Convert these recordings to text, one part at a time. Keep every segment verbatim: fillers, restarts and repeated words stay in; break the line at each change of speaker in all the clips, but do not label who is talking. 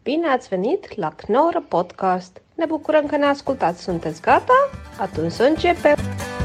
Bine ați venit la Knorr Podcast! Ne bucurăm că ne ascultați. Sunteți gata? Atunci să începem!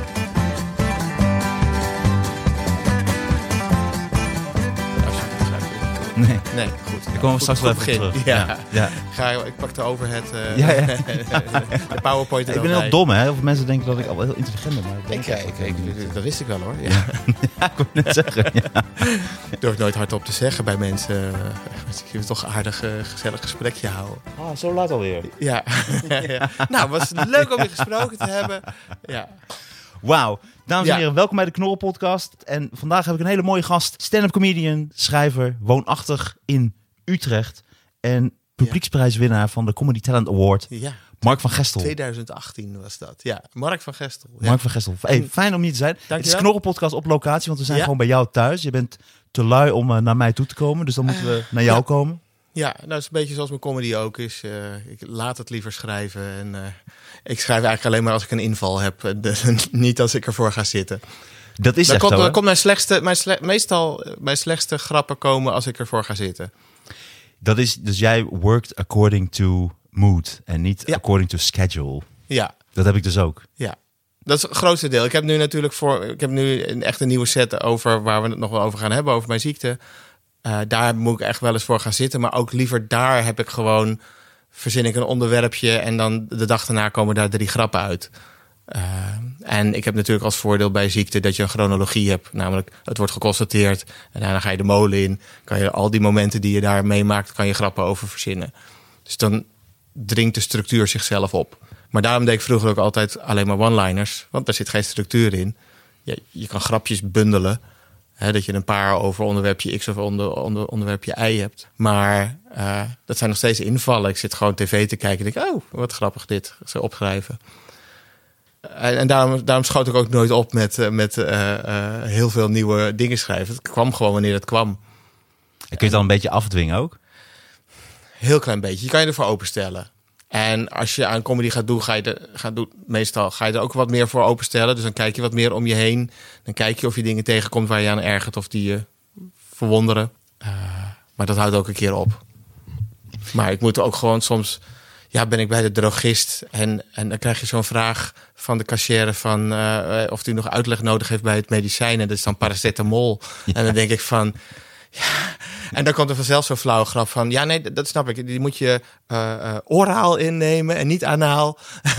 Nee,
nee, goed.
Ik kom straks wel even terug.
Ja.
Ja. Ja.
Ga, ik pak de overhead, uh,
ja, ja.
de PowerPoint er
Ik ben
bij.
heel dom, hè? Heel veel mensen denken dat ik al wel heel intelligent ben. Maar ik denk
Ik, ik, ik, ik, dat wist ik wel, hoor. Ja.
Ja, ja ik wil net zeggen. Ja.
Ik durf nooit hardop te zeggen bij mensen. Ik wil toch een aardig, uh, gezellig gesprekje houden.
Ah, zo laat alweer.
Ja. ja. Nou, was het leuk om je gesproken te hebben. Ja.
Wauw. Dames en
Ja.
heren, welkom bij de Knorr Podcast. En vandaag heb ik een hele mooie gast. Stand-up comedian, schrijver, woonachtig in Utrecht. En publieksprijswinnaar van de Comedy Talent Award.
Ja.
Mark van Gestel.
twintig achttien was dat. Ja, Mark van Gestel. Ja.
Mark van Gestel. Hey, fijn om hier te zijn. Het is Knorr Podcast op locatie, want we zijn
Ja.
gewoon bij jou thuis. Je bent te lui om uh, naar mij toe te komen, dus dan moeten we naar jou
ja.
komen.
Ja, nou, het is een beetje zoals mijn comedy ook is. Uh, ik laat het liever schrijven. En uh, ik schrijf eigenlijk alleen maar als ik een inval heb. De, niet als ik ervoor ga zitten.
Dat is
Dan
echt
komt,
zo,
dan
hè?
komt mijn slechtste, mijn sle- meestal mijn slechtste grappen komen als ik ervoor ga zitten.
Dat is, dus jij worked according to mood en niet
Ja.
according to schedule.
Ja,
Dat heb ik dus ook.
ja. Dat is het grootste deel. Ik heb nu natuurlijk voor, ik heb nu een echt een nieuwe set over waar we het nog wel over gaan hebben, over mijn ziekte. Uh, daar moet ik echt wel eens voor gaan zitten. Maar ook liever daar heb ik gewoon, verzin ik een onderwerpje en dan de dag daarna komen daar drie grappen uit. Uh, en ik heb natuurlijk als voordeel bij ziekte dat je een chronologie hebt. Namelijk, het wordt geconstateerd en daarna ga je de molen in. Kan je al die momenten die je daar meemaakt, kan je grappen over verzinnen. Dus dan dringt de structuur zichzelf op. Maar daarom deed ik vroeger ook altijd alleen maar one-liners. Want daar zit geen structuur in. Je, je kan grapjes bundelen. Hè, dat je een paar over onderwerpje X of onder, onder, onderwerpje Y hebt. Maar uh, dat zijn nog steeds invallen. Ik zit gewoon tv te kijken en denk, oh, wat grappig dit. Zo opschrijven. En, en daarom, daarom schoot ik ook nooit op met, met uh, uh, heel veel nieuwe dingen schrijven. Het kwam gewoon wanneer het kwam.
En kun je het dan een beetje afdwingen ook?
Heel klein beetje. Je kan je ervoor openstellen. En als je aan comedy gaat doen, ga je er, gaat doen, meestal ga je er ook wat meer voor openstellen. Dus dan kijk je wat meer om je heen. Dan kijk je of je dingen tegenkomt waar je aan ergert of die je verwonderen. Uh, maar dat houdt ook een keer op. Maar ik moet ook gewoon soms... Ja, ben ik bij de drogist en, en dan krijg je zo'n vraag van de cashier van uh, of die nog uitleg nodig heeft bij het medicijn. En dat is dan paracetamol. Ja. En dan denk ik van... Ja. En dan komt er vanzelf zo'n flauwe grap van... Ja, nee, dat snap ik. Die moet je uh, uh, oraal innemen en niet anaal.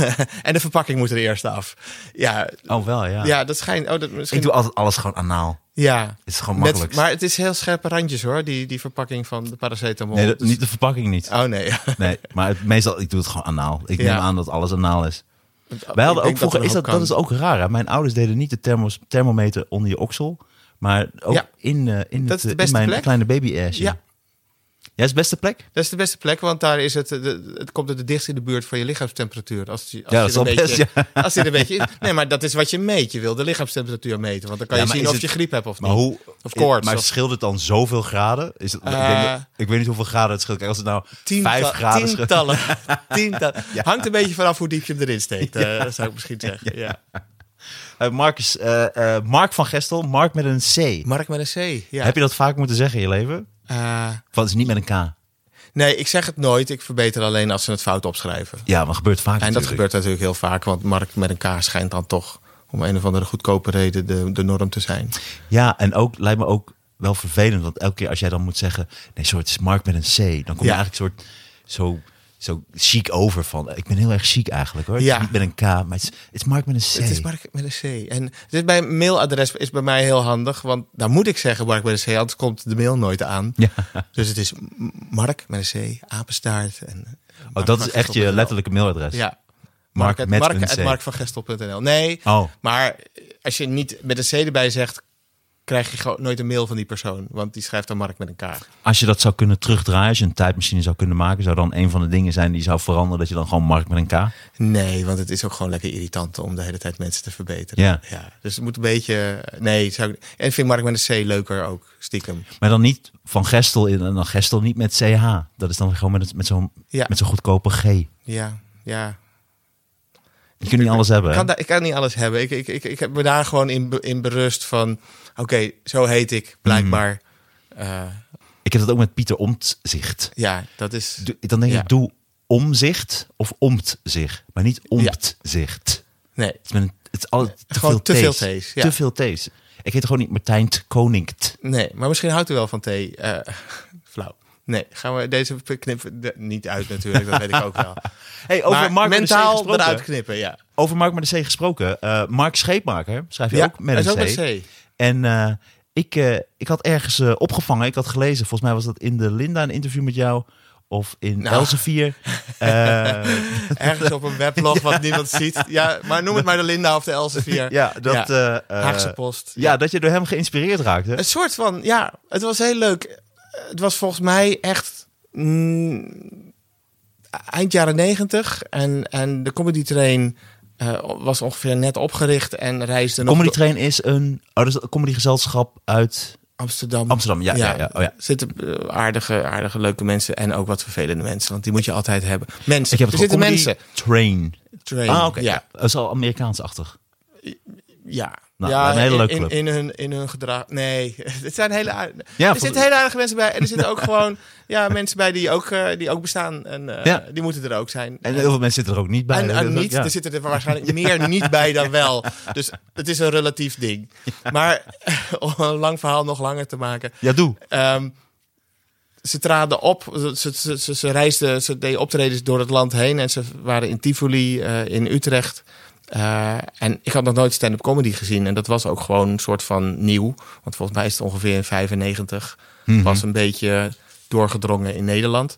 En de verpakking moet er eerst af. Ja,
oh, wel, ja.
Ja, dat schijnt... Oh, dat misschien...
Ik doe altijd alles gewoon anaal.
Ja.
Het is gewoon makkelijk.
Met, maar het is heel scherpe randjes, hoor. Die, die verpakking van de paracetamol.
Nee, dat,
dus...
niet de verpakking niet.
Oh, nee.
Nee, maar het, meestal, ik doe het gewoon anaal. Ik
Ja.
neem aan dat alles anaal is. Wij hadden ook vroeger... Dat, is dat, dat is ook raar, hè? Mijn ouders deden niet de thermos, thermometer onder je oksel... Maar ook
ja.
in, uh, in,
dat
het,
is de
in mijn
plek.
kleine baby-ashje.
Ja.
Ja, is de beste plek?
Dat is de beste plek, want daar is het, de, het komt het dichtst in de buurt van je lichaamstemperatuur. Als, als
ja, dat is wel best,
beetje,
ja.
Als je er een beetje in, nee, maar dat is wat je meet. Je wil de lichaamstemperatuur meten, want dan kan
Ja,
je zien of
het,
je griep hebt of
maar
niet.
Hoe,
of koorts.
Maar
of,
scheelt het dan zoveel graden? Is het,
uh,
ik, denk dat, ik weet niet hoeveel graden het scheelt. Kijk, als het nou
tiental,
vijf graden scheelt.
Tientallen. tientallen. Ja. Hangt een beetje vanaf hoe diep je hem erin steekt, uh, ja. zou ik misschien zeggen. Ja.
Ja. Uh, Mark, is, uh, uh, Mark van Gestel, Mark met een C.
Mark met een C, ja.
Heb je dat vaak moeten zeggen in je leven?
Uh,
Van, het is niet met een K.
Nee, ik zeg het nooit. Ik verbeter alleen als ze het fout opschrijven.
Ja, maar dat gebeurt vaak
En
natuurlijk.
dat gebeurt natuurlijk heel vaak, want Mark met een K schijnt dan toch... om een of andere goedkope reden de, de norm te zijn.
Ja, en ook lijkt me ook wel vervelend, want elke keer als jij dan moet zeggen... nee, sorry, het is Mark met een C. Dan kom je
ja.
eigenlijk soort zo, zo chic over van... ik ben heel erg chic eigenlijk, hoor. Het
ja.
is niet met een K, maar het is, het is Mark met een C.
Het is Mark met een C. En het is bij een mailadres is bij mij heel handig, want daar moet ik zeggen Mark met een C, anders komt de mail nooit aan.
Ja.
Dus het is Mark met een C, apenstaart. En
oh, dat is echt je letterlijke mailadres?
Ja.
Mark,
Mark,
met
Mark
een C.
at markvangestel punt n l. Nee,
oh.
maar als je niet met een C erbij zegt, krijg je gewoon nooit een mail van die persoon. Want die schrijft dan Mark met een K.
Als je dat zou kunnen terugdraaien, als je een tijdmachine zou kunnen maken... zou dan een van de dingen zijn die zou veranderen... dat je dan gewoon Mark met een K?
Nee, want het is ook gewoon lekker irritant om de hele tijd mensen te verbeteren.
Ja.
ja dus het moet een beetje... Nee, zou ik... en ik vind Mark met een C leuker ook, stiekem.
Maar dan niet van Gestel in en dan Gestel niet met C H. Dat is dan gewoon met, met zo'n
ja.
met zo'n goedkope G.
Ja, ja.
Je kunt niet alles hebben.
Ik kan, da- ik kan niet alles hebben. Ik, ik, ik, ik heb me daar gewoon in, be- in berust van... Oké, okay, zo heet ik, blijkbaar. Mm. Uh,
Ik heb dat ook met Pieter Omtzigt.
Ja, dat is...
Do- Dan denk
ja.
ik, doe omzicht of omtzigt. Maar niet omtzicht.
Nee,
Het is, met een, het is altijd te
Gewoon
veel
te veel
T's.
T's, ja.
Te veel T's. Ik heet gewoon niet Martijn Koningt.
nee, maar misschien houdt u wel van thee. Uh, flauw. Nee, gaan we deze knippen de, niet uit natuurlijk, dat weet ik ook wel.
Hey, over
Maar
Mark met de C
mentaal
gesproken.
eruit knippen, ja.
Over Mark met de C gesproken. Uh, Mark Scheepmaker, schrijf je
Ja,
ook met
hij is
een
ook
C.
met C.
En uh, ik, uh, ik had ergens uh, opgevangen, ik had gelezen, volgens mij was dat in de Linda een interview met jou, of in
Nou.
Elsevier. Uh,
Ergens op een weblog wat niemand ziet. Ja, maar noem het maar de Linda of de Elsevier.
ja, dat,
Ja.
uh, uh,
Haagse Post.
Ja, dat je door hem geïnspireerd raakte.
Een soort van, ja, het was heel leuk. Het was volgens mij echt mm, eind jaren negentig. En, en de Comedy Train uh, was ongeveer net opgericht en reisde nog...
Comedy
door-
Train is een, oh, dat is een comedygezelschap uit
Amsterdam.
Amsterdam. Ja, ja. ja, oh, ja.
Zitten uh, aardige, aardige, leuke mensen en ook wat vervelende mensen. Want die moet je altijd hebben. Mensen,
Ik heb het
er
gewoon
zitten
Comedy
mensen.
Train.
Train.
Ah, oké.
Ja,
Ja. Dat is al Amerikaans-achtig.
ja.
Nou,
ja,
een hele leuke
in,
club.
in, in hun, in hun gedrag. Nee, het zijn hele aardige...
Ja,
er
voor-
zitten hele aardige mensen bij. En er zitten ook gewoon ja, mensen bij die ook, uh, die ook bestaan. En uh,
Ja.
die moeten er ook zijn.
En heel veel mensen zitten er ook niet bij.
En,
Dat
en
is ook-
niet,
ja.
er zitten er waarschijnlijk meer niet bij dan wel. Dus het is een relatief ding. Maar om een lang verhaal nog langer te maken.
Ja, doe.
Um, ze traden op, ze, ze, ze, ze reisden, ze deden optredens door het land heen. En ze waren in Tivoli, uh, in Utrecht. Uh, en ik had nog nooit stand-up comedy gezien. En dat was ook gewoon een soort van nieuw. Want volgens mij is het ongeveer in vijfennegentig.
Mhm.
Was een beetje doorgedrongen in Nederland.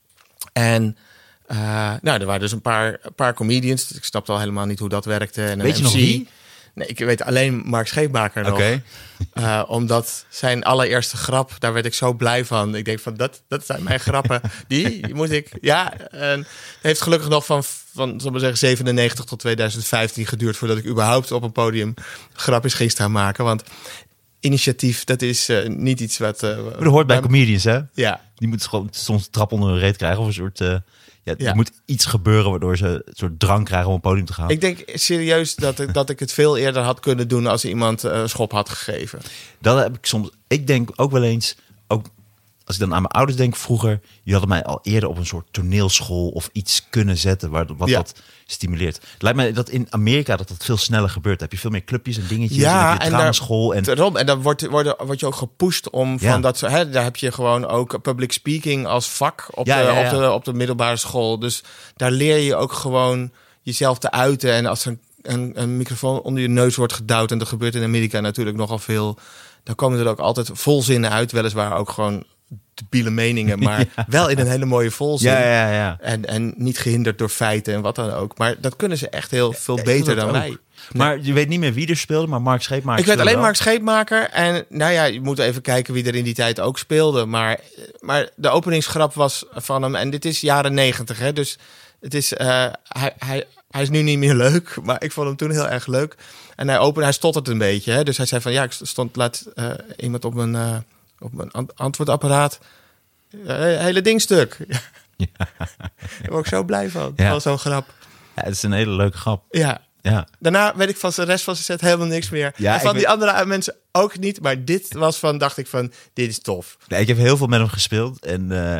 En uh, nou, er waren dus een paar, een paar comedians. Ik snapte al helemaal niet hoe dat werkte. En een
Weet je
M C.
nog wie?
Nee, ik weet alleen Mark Scheepmaker nog.
Oké.
Uh, omdat zijn allereerste grap, daar werd ik zo blij van. Ik denk van, dat, dat zijn mijn grappen. Die, die moet ik... Ja, en het heeft gelukkig nog van, van zullen we zeggen, zevenennegentig tot tweeduizend vijftien geduurd... voordat ik überhaupt op een podium grapjes ging staan maken. Want initiatief, dat is uh, niet iets wat... Uh,
Maar dat hoort bij comedians, hè?
Ja,
Die moeten gewoon soms een trap onder hun reet krijgen. Of een soort... Uh, ja,
Ja.
Er moet iets gebeuren waardoor ze een soort drang krijgen om op een podium te gaan.
ik denk serieus dat ik, dat ik het veel eerder had kunnen doen... als iemand uh, een schop had gegeven.
Dat heb ik soms... Ik denk ook wel eens... Ook als ik dan aan mijn ouders denk vroeger... Die hadden mij al eerder op een soort toneelschool of iets kunnen zetten... Waar, wat
Ja.
dat stimuleert. Het lijkt mij dat in Amerika dat dat veel sneller gebeurt. Dan heb je veel meer clubjes en dingetjes.
Ja,
en dan heb je
en daar-
dramaschool. En
Daarom, en dan wordt, wordt, word je ook gepusht om van
Ja.
dat soort... Hè, daar heb je gewoon ook public speaking als vak op,
Ja,
de,
ja, ja.
Op, de, op de middelbare school. Dus daar leer je ook gewoon jezelf te uiten. En als er een, een, een microfoon onder je neus wordt gedouwd... en dat gebeurt in Amerika natuurlijk nogal veel... dan komen er ook altijd volzinnen uit. Weliswaar ook gewoon debiele meningen... maar wel in een hele mooie volzin.
ja, ja, ja.
En, en niet gehinderd door feiten en wat dan ook. Maar dat kunnen ze echt heel veel
ik
beter
vind
dan
dat ook.
wij.
Maar je weet niet meer wie er speelde, maar Mark Scheepmaker
Ik weet
speelde
alleen
wel.
Mark Scheepmaker. En nou ja, je moet even kijken wie er in die tijd ook speelde. Maar, maar de openingsgrap was van hem. En dit is jaren negentig, hè. Dus het is, uh, hij, hij, hij is nu niet meer leuk. Maar ik vond hem toen heel erg leuk. En hij opende, hij stottert een beetje. Hè. Dus hij zei van, ja, ik stond laat uh, iemand op mijn, uh, op mijn ant- antwoordapparaat. Uh, hele ding stuk. Ja. Daar word ik zo blij van.
Ja.
Van zo'n grap.
Ja, het is een hele leuke grap.
Ja.
Ja.
Daarna weet ik van de rest van zijn set helemaal niks meer.
Ja,
en van
ik
die
weet-
andere mensen ook niet. Maar dit was van, dacht ik van, dit is tof.
Nee, ik heb heel veel met hem gespeeld. En uh,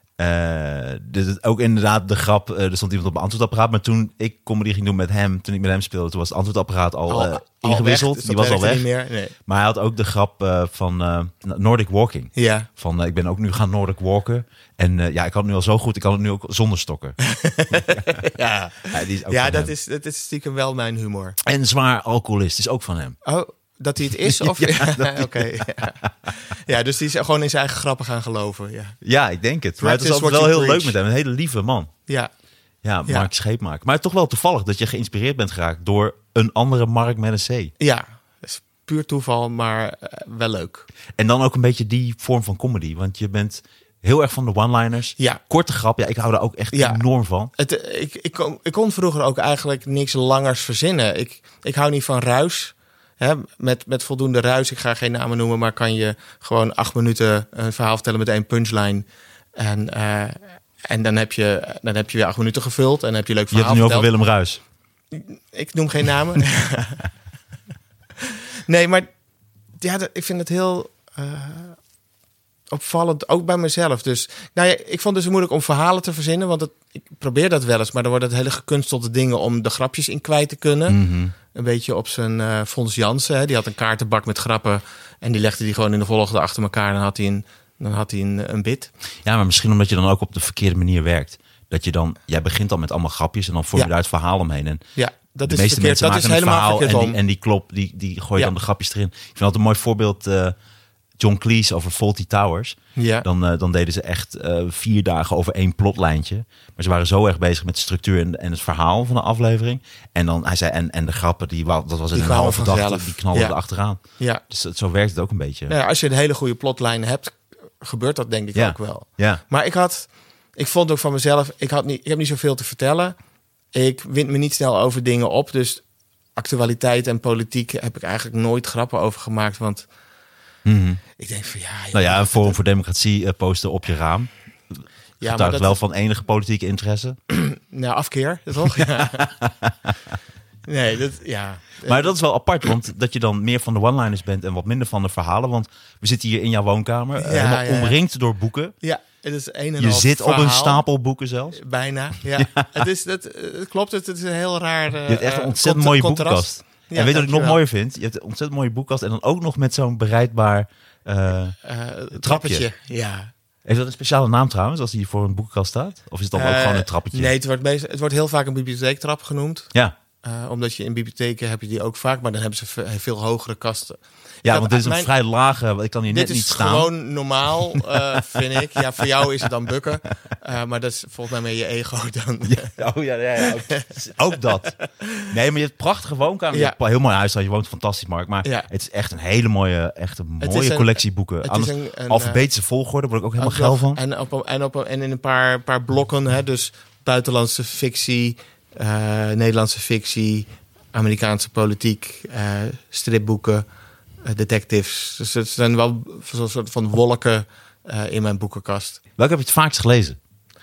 uh, dus het- ook inderdaad de grap, uh, er stond iemand op mijn antwoordapparaat. Maar toen ik comedy ging doen met hem, toen ik met hem speelde, toen was het antwoordapparaat al,
Al-
uh,
al
ingewisseld.
weg, dus
Die
dat
was al
werkte
weg.
niet meer. Nee.
Maar hij had ook de grap uh, van uh, Nordic Walking.
Ja.
Van uh, ik ben ook nu gaan Nordic Walken. En uh, ja, ik kan het nu al zo goed, ik kan het nu ook zonder stokken.
Ja,
Ja, die is ook
ja
van
dat,
hem.
is, dat is stiekem wel mijn humor.
En zwaar alcoholist is ook van hem.
Oh, dat hij het is? Of...
Ja, dat-
Oké. Ja. Ja, dus die is gewoon in zijn eigen grappen gaan geloven. Ja,
Ja, ik denk het. Maar het is
Practice
altijd wel
what
heel
you
leuk met hem. Een hele lieve man.
ja.
Ja,
Ja.
Mark Scheepmaker. Maar toch wel toevallig dat je geïnspireerd bent geraakt door een andere Mark met een C.
ja. Dat is puur toeval, maar uh, wel leuk.
En dan ook een beetje die vorm van comedy. Want je bent heel erg van de one-liners.
Ja.
Korte grap. Ja, ik hou daar ook echt
Ja.
enorm van.
Het, uh, ik, ik, kon, ik kon vroeger ook eigenlijk niks langers verzinnen. Ik, ik hou niet van ruis. Hè, met, met voldoende ruis, ik ga geen namen noemen, maar kan je gewoon acht minuten een verhaal vertellen met één punchline. En, uh, en dan, heb je, dan heb je weer acht minuten gevuld en dan heb je een leuk
Je hebt
verhaal
het nu over
verteld.
Willem Ruijs.
Ik noem geen namen. Nee, maar ja, dat- ik vind het heel... Uh, opvallend, ook bij mezelf. Dus nou ja, ik vond het dus moeilijk om verhalen te verzinnen, want het, ik probeer dat wel eens, maar dan worden het hele gekunstelde dingen om de grapjes in kwijt te kunnen.
Mm-hmm.
Een beetje op zijn uh, Fons Jansen, hè. Die had een kaartenbak met grappen en die legde die gewoon in de volgende achter elkaar en dan had hij een, dan had hij een, een bit.
Ja, maar misschien omdat je dan ook op de verkeerde manier werkt. Dat je dan, jij begint dan met allemaal grapjes en dan vorm je
Ja.
daar het verhaal omheen. En
Ja, dat
de
is
meeste
verkeerd.
mensen
Dat is
maken een
helemaal
verhaal
verkeerd
en
om.
die, en die klop, die, die gooien
Ja.
dan de grapjes erin. Ik vind altijd een mooi voorbeeld, uh, John Cleese over Fawlty Towers.
Ja.
Dan, uh, dan deden ze echt uh, vier dagen over één plotlijntje. Maar ze waren zo erg bezig met de structuur en, en het verhaal van de aflevering. En dan, hij zei, en, en de grappen, die, dat was in
Die
een
kwamen
halve dag,
vanzelf.
die knalden
Ja.
er achteraan.
Ja.
Dus dat- zo werkt het ook een beetje.
Nou ja, als je een hele goede plotlijn hebt, gebeurt dat denk ik
Ja.
ook wel.
Ja.
Maar ik had, ik vond ook van mezelf, ik, had niet, ik heb niet zoveel te vertellen. Ik wind me niet snel over dingen op. Dus actualiteit en politiek heb ik eigenlijk nooit grappen over gemaakt. Want
Mhm.
ik denk van ja...
Nou ja, een
dat-
Forum voor Democratie uh, posten op je raam.
ja, maar
Getuigt
dat,
wel van enige politieke interesse.
Nou, afkeer, toch? Ja. Nee, dat, ja.
Maar dat is wel apart, want dat je dan meer van de one-liners bent en wat minder van de verhalen. Want we zitten hier in jouw woonkamer, uh,
Ja,
helemaal
ja, ja.
omringd door boeken.
Ja, het is een en
Je
half
zit op een
verhaal.
stapel boeken zelfs.
Bijna, ja. Het, is, het, het klopt, het, het is een heel raar uh,
Je hebt echt een
uh,
ontzettend
cont-
mooie
contrast.
boekenkast.
Ja,
en weet je wat ik nog
dankjewel.
mooier vind? Je hebt een ontzettend mooie boekenkast en dan ook nog met zo'n bereidbaar... Uh,
Uh,
Trapje.
trappetje, ja.
heeft dat een speciale naam trouwens, als die voor een boekenkast staat? Of is het dan ook
Uh,
gewoon een trappetje?
Nee, het wordt, meest, het wordt heel vaak een bibliotheektrap genoemd.
Ja,
Uh, omdat je in bibliotheken heb je die ook vaak, maar dan hebben ze ve- veel hogere kasten.
ja
had
want dit is een
mijn-
vrij lage... Ik kan hier
Dit
net niet
is
staan.
gewoon normaal, uh, vind ik. Ja, voor jou is het dan bukken. Uh, maar dat is volgens mij meer je ego dan...
Ja, oh ja, ja, ja ook, ook dat. Nee, maar je hebt prachtige woonkamer. Je
Ja.
hebt een heel mooi huis, je woont fantastisch, Mark. Maar
Ja.
het is echt een hele mooie, echt een
Het
mooie
is een-
collectie boeken.
het is
Anders,
een- een,
alfabetische volgorde, word ik ook helemaal
Ook
geil
nog-
van.
En, op, en, op, en in een paar, paar blokken, hè, dus buitenlandse fictie, uh, Nederlandse fictie, Amerikaanse politiek, uh, stripboeken, uh, detectives. Dus het zijn wel zo'n soort van wolken uh, in mijn boekenkast.
Welke heb je het vaakst gelezen?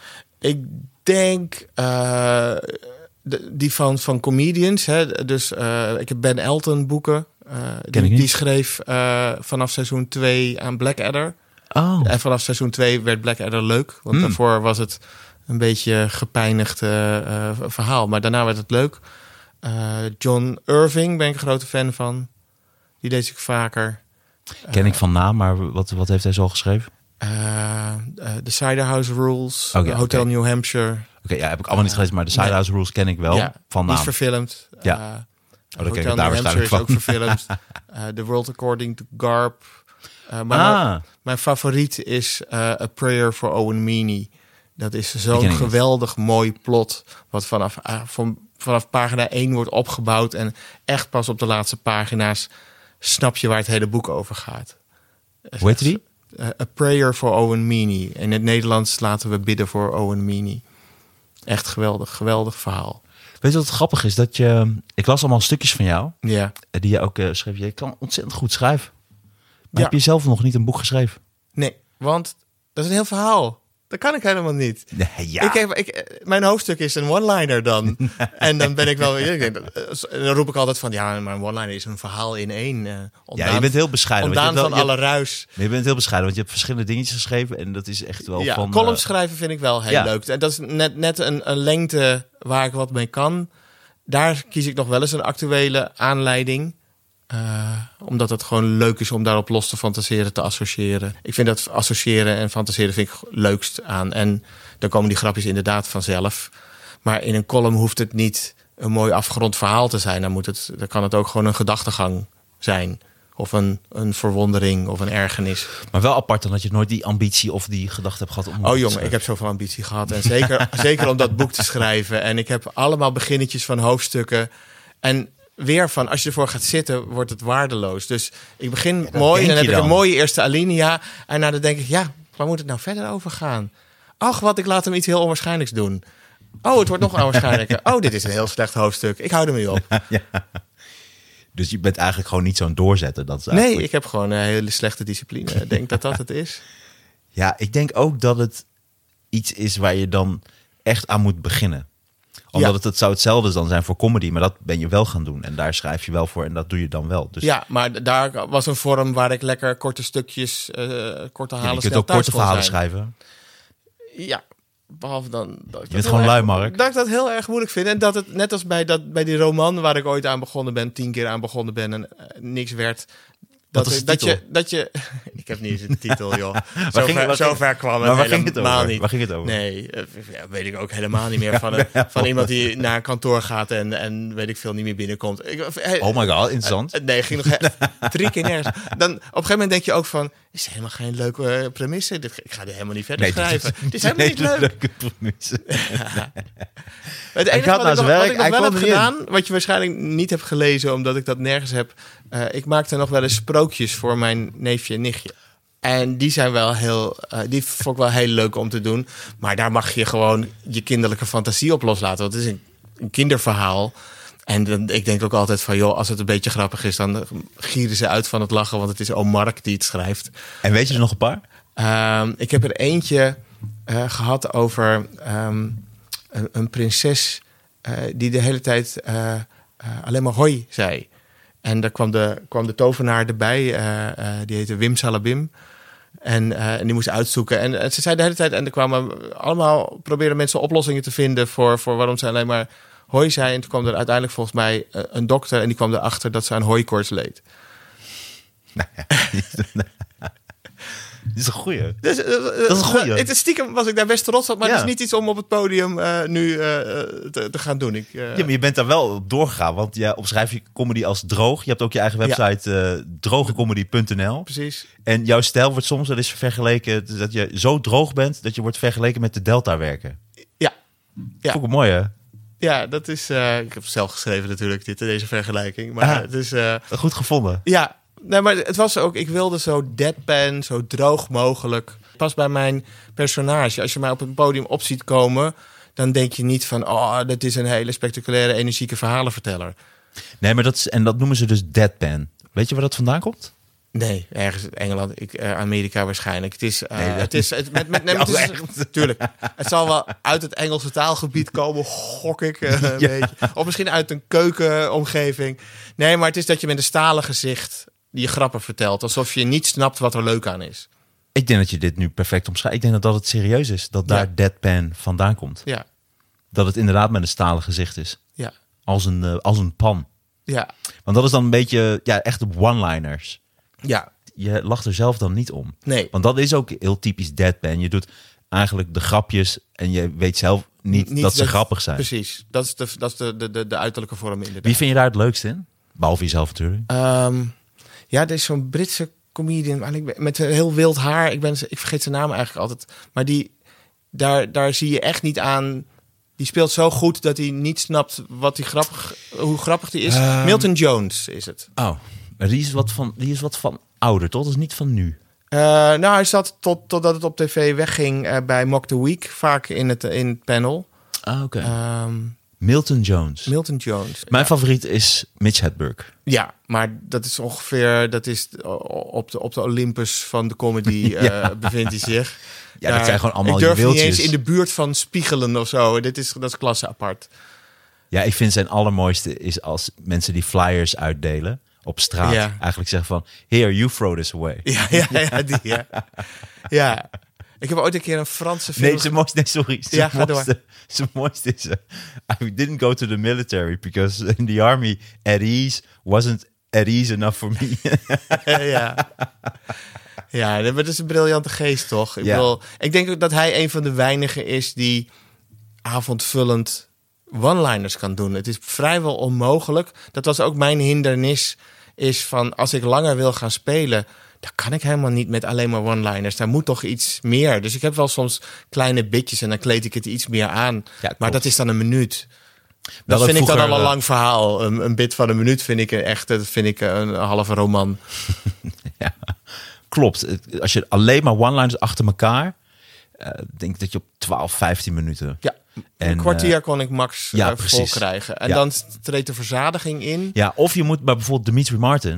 Ik denk uh, de, die van, van comedians. Hè. Dus uh, ik heb Ben Elton boeken. Uh, die,
ik niet.
die schreef uh, vanaf seizoen twee aan Blackadder.
Oh,
En vanaf seizoen twee werd Blackadder leuk. Want
Mm.
daarvoor was het een beetje gepijnigd uh, uh, verhaal. Maar daarna werd het leuk. Uh, John Irving ben ik een grote fan van. Die lees ik vaker.
ken ik van naam, maar wat, wat heeft hij zo geschreven?
Uh, uh, The Cider House Rules.
Oh ja,
Hotel
oké.
New Hampshire.
Oké, okay, ja, heb ik allemaal niet gelezen, maar de Side
nee.
House Rules ken ik wel
ja,
van
die
naam.
is verfilmd.
Ja.
Uh,
dan ken ik
Hotel
het daar
New Hampshire
waarschijnlijk
is
van.
ook verfilmd. Uh, The World According to Garp. Uh, maar
Ah.
mijn, mijn favoriet is uh, A Prayer for Owen Meany. Dat is
ken
zo'n
ik niet.
geweldig mooi plot. Wat vanaf, uh, van, vanaf pagina één wordt opgebouwd. En echt pas op de laatste pagina's snap je waar het hele boek over gaat.
Hoe heet die?
Uh, A Prayer for Owen Meany. In het Nederlands laten we bidden voor Owen Meany. Echt geweldig, geweldig verhaal.
Weet je wat grappig is? Dat je, ik las allemaal stukjes van jou,
Ja.
eh, die je ook uh, schreef. Je kan ontzettend goed schrijven. Maar
Ja.
heb je zelf nog niet een boek geschreven?
Nee, want dat is een heel verhaal. Dat kan ik helemaal niet.
Nee, ja.
Ik heb, ik, mijn hoofdstuk is een one-liner dan. En dan ben ik wel weer... ik denk, eh, Dan roep ik altijd van... Ja, maar een one-liner is een verhaal in één. Uh,
Ja, je bent heel bescheiden. want je
Ontdaan
hebt
van
wel- je
alle
hebt-
ruis.
maar je bent heel bescheiden, want je hebt verschillende dingetjes geschreven. En dat is echt wel
Ja,
van...
columns
eh,
schrijven vind ik wel heel
ja.
leuk. En dat is net, net een, een lengte waar ik wat mee kan. Daar kies ik nog wel eens een actuele aanleiding. Uh, omdat het gewoon leuk is om daarop los te fantaseren, te associëren. Ik vind dat associëren en fantaseren vind ik leukst aan. En dan komen die grapjes inderdaad vanzelf. Maar in een column hoeft het niet een mooi afgerond verhaal te zijn. Dan, moet het, dan kan het ook gewoon een gedachtegang zijn. Of een, een verwondering of een ergernis.
Maar wel apart dan dat je nooit die ambitie of die gedachte hebt gehad om...
Oh jongen, ik heb zoveel ambitie gehad. En zeker, zeker om dat boek te schrijven. En ik heb allemaal beginnetjes van hoofdstukken. En weer van, als je ervoor gaat zitten, wordt het waardeloos. Dus ik begin
dat
mooi en
denk
dan heb
je
ik een
dan.
mooie eerste alinea. En nou, dan denk ik, ja, waar moet het nou verder over gaan? Ach, wat, ik laat hem iets heel onwaarschijnlijks doen. Oh, het wordt nog onwaarschijnlijker. Oh, dit is een heel slecht hoofdstuk. Ik hou ermee op.
Ja. Dus je bent eigenlijk gewoon niet zo'n doorzetter. Dat is
Nee,
eigenlijk...
ik heb gewoon een hele slechte discipline. Ik denk dat dat het is.
Ja, ik denk ook dat het iets is waar je dan echt aan moet beginnen. Omdat
Ja.
het, het zou hetzelfde dan zijn voor comedy, maar dat ben je wel gaan doen. En daar schrijf je wel voor en dat doe je dan wel. Dus
Ja, maar daar was een vorm waar ik lekker korte stukjes, uh, korte
ja,
halen
je kunt
snel
ook
thuis
korte
kon
verhalen
zijn.
schrijven.
Ja, behalve dan... Dat ik dat
bent
heel
gewoon
erg-
lui, Mark.
Dat ik dat heel erg moeilijk vind. En dat het, net als bij, dat, bij die roman waar ik ooit aan begonnen ben, tien keer aan begonnen ben en uh, niks werd...
Wat
Dat,
was de
dat,
titel?
je, dat je... Ik heb niet eens een titel, joh.
Waar
Zo,
ging-
ver,
waar
zo
ging-
ver kwam het
Maar waar ging het
helemaal
over?
niet.
Waar ging het over?
Nee, uh, ja, weet ik ook helemaal niet meer van, een, van iemand die naar een kantoor gaat en, en weet ik veel niet meer binnenkomt. Ik, hey,
Oh my god, interessant.
uh, nee, ging nog he- drie keer nergens. Dan, op een gegeven moment denk je ook van, is helemaal geen leuke uh, premisse. Dit, ik ga dit helemaal niet verder schrijven. Het is helemaal niet leuk.
leuke premisse.
Het
Hij
enige
gaat
wat
naar
ik nog,
zijn
wat
werk,
ik nog
hij
wel
kwam
heb
er niet
gedaan, wat je waarschijnlijk niet hebt gelezen, omdat ik dat nergens heb. Uh, ik maakte nog wel eens sprookjes voor mijn neefje en nichtje. En die zijn wel heel, uh, die vond ik wel heel leuk om te doen. Maar daar mag je gewoon je kinderlijke fantasie op loslaten. Want het is een, een kinderverhaal. En dan, ik denk ook altijd van, joh, als het een beetje grappig is, dan gieren ze uit van het lachen. Want het is oom Mark die het schrijft.
En weet je er nog een paar?
Um, ik heb er eentje uh, gehad over um, een, een prinses uh, die de hele tijd uh, uh, alleen maar hoi zei. En daar kwam de, kwam de tovenaar erbij, uh, uh, die heette Wim Salabim. En, uh, en die moest uitzoeken. En, en ze zei de hele tijd, en er kwamen allemaal, proberen mensen oplossingen te vinden voor, voor waarom ze alleen maar hoi zei. En toen kwam er uiteindelijk volgens mij uh, een dokter en die kwam erachter dat ze aan hooikoorts leed.
Dit is een goeie.
Dus, uh,
Dat is een goeie.
Het is stiekem was ik daar best trots op, maar
Ja.
het is niet iets om op het podium uh, nu uh, te, te gaan doen. Ik, uh,
Ja, maar je bent daar wel op doorgegaan, want je omschrijft je comedy als droog. Je hebt ook je eigen website, uh, drogecomedy punt n l.
Precies.
En jouw stijl wordt soms wel eens vergeleken, dat je zo droog bent, dat je wordt vergeleken met de Delta-werken.
Ja. Ja.
Vond ik mooi, hè?
Ja, dat is. Uh, ik heb het zelf geschreven natuurlijk, dit, deze vergelijking. Maar
Ah.
het is. Uh,
Goed gevonden.
ja, nee, maar het was ook. Ik wilde zo deadpan, zo droog mogelijk. Pas bij mijn personage. Als je mij op een podium op ziet komen, dan denk je niet van, oh, dit is een hele spectaculaire, energieke verhalenverteller.
Nee, maar dat is, en dat noemen ze dus deadpan. Weet je waar dat vandaan komt?
Nee, ergens in Engeland, ik, uh, Amerika waarschijnlijk. Het is, uh,
Nee, dat-
het is, het, met, met, nee,
Ja,
maar het is,
echt.
tuurlijk. Het zal wel uit het Engelse taalgebied komen, gok ik uh, een
Ja.
beetje. Of misschien uit een keukenomgeving. Nee, maar het is dat je met een stalen gezicht je grappen vertelt, alsof je niet snapt wat er leuk aan is.
Ik denk dat je dit nu perfect omschrijft. Ik denk dat dat het serieus is, dat daar
Ja.
deadpan vandaan komt.
Ja,
Dat het inderdaad met een stalen gezicht is.
ja,
Als een, uh, als een pan.
ja,
Want dat is dan een beetje, ja, echt op one-liners.
ja.
Je lacht er zelf dan niet om.
Nee,
Want dat is ook heel typisch deadpan. Je doet eigenlijk de grapjes en je weet zelf niet,
Niet
dat ze
dat-
grappig zijn.
precies. Dat is de, dat is de, de, de, de uiterlijke vorm inderdaad.
Wie vind je daar het leukst in? Behalve jezelf natuurlijk.
Um, ja, er is zo'n Britse comedian eigenlijk met heel wild haar. Ik, ben, ik vergeet zijn naam eigenlijk altijd. Maar die, daar, daar zie je echt niet aan. Die speelt zo goed dat hij niet snapt wat die grappig, hoe grappig die is.
Um,
Milton Jones is het.
Oh, maar die is wat van, die is wat van ouder, toch? Dat is niet van nu.
Uh, nou, hij zat tot, totdat het op tv wegging uh, bij Mock the Week. Vaak in het, in het panel.
Ah, oké.
Um,
Milton Jones.
Milton Jones.
Mijn
ja.
favoriet is Mitch Hedberg.
Ja, maar dat is ongeveer, dat is op de, op de Olympus van de comedy uh,
Ja.
bevindt hij zich.
Ja, dat
Daar-
zijn gewoon allemaal
Ik durf niet
juweeltjes.
eens in de buurt van spiegelen of zo. Dit is, dat is klasse apart.
Ja, ik vind zijn allermooiste is als mensen die flyers uitdelen op straat.
Ja.
Eigenlijk zeggen van, here, you throw this away.
Ja, ja, ja, die, ja. ja. Ik heb ooit een keer een Franse film...
Nee, zijn mooiste, nee, sorry. Zijn
Ja, ga door.
mooiste, zijn mooiste is, uh, I didn't go to the military because in the army at ease wasn't at ease enough for me.
ja. Ja, dat is een briljante geest, toch? Ik,
Ja.
bedoel, ik denk ook dat hij een van de weinigen is die avondvullend one-liners kan doen. Het is vrijwel onmogelijk. Dat was ook mijn hindernis, is van als ik langer wil gaan spelen, dan kan ik helemaal niet met alleen maar one-liners. Daar moet toch iets meer. Dus ik heb wel soms kleine bitjes en dan kleed ik het iets meer aan.
klopt.
Maar dat is dan een minuut. Dat
ook
vind ik dan
vroeger,
al een
uh,
lang verhaal. Een, een bit van een minuut vind ik een echt, dat vind ik een halve roman.
Ja, klopt. Als je alleen maar one-liners achter elkaar, uh, denk ik dat je op twaalf, vijftien minuten...
Ja,
En,
een kwartier
uh,
kon ik max
ja,
ja, vol
precies.
krijgen. En
Ja.
dan treedt de verzadiging in.
Ja, of je moet bij bijvoorbeeld Dimitri Martin,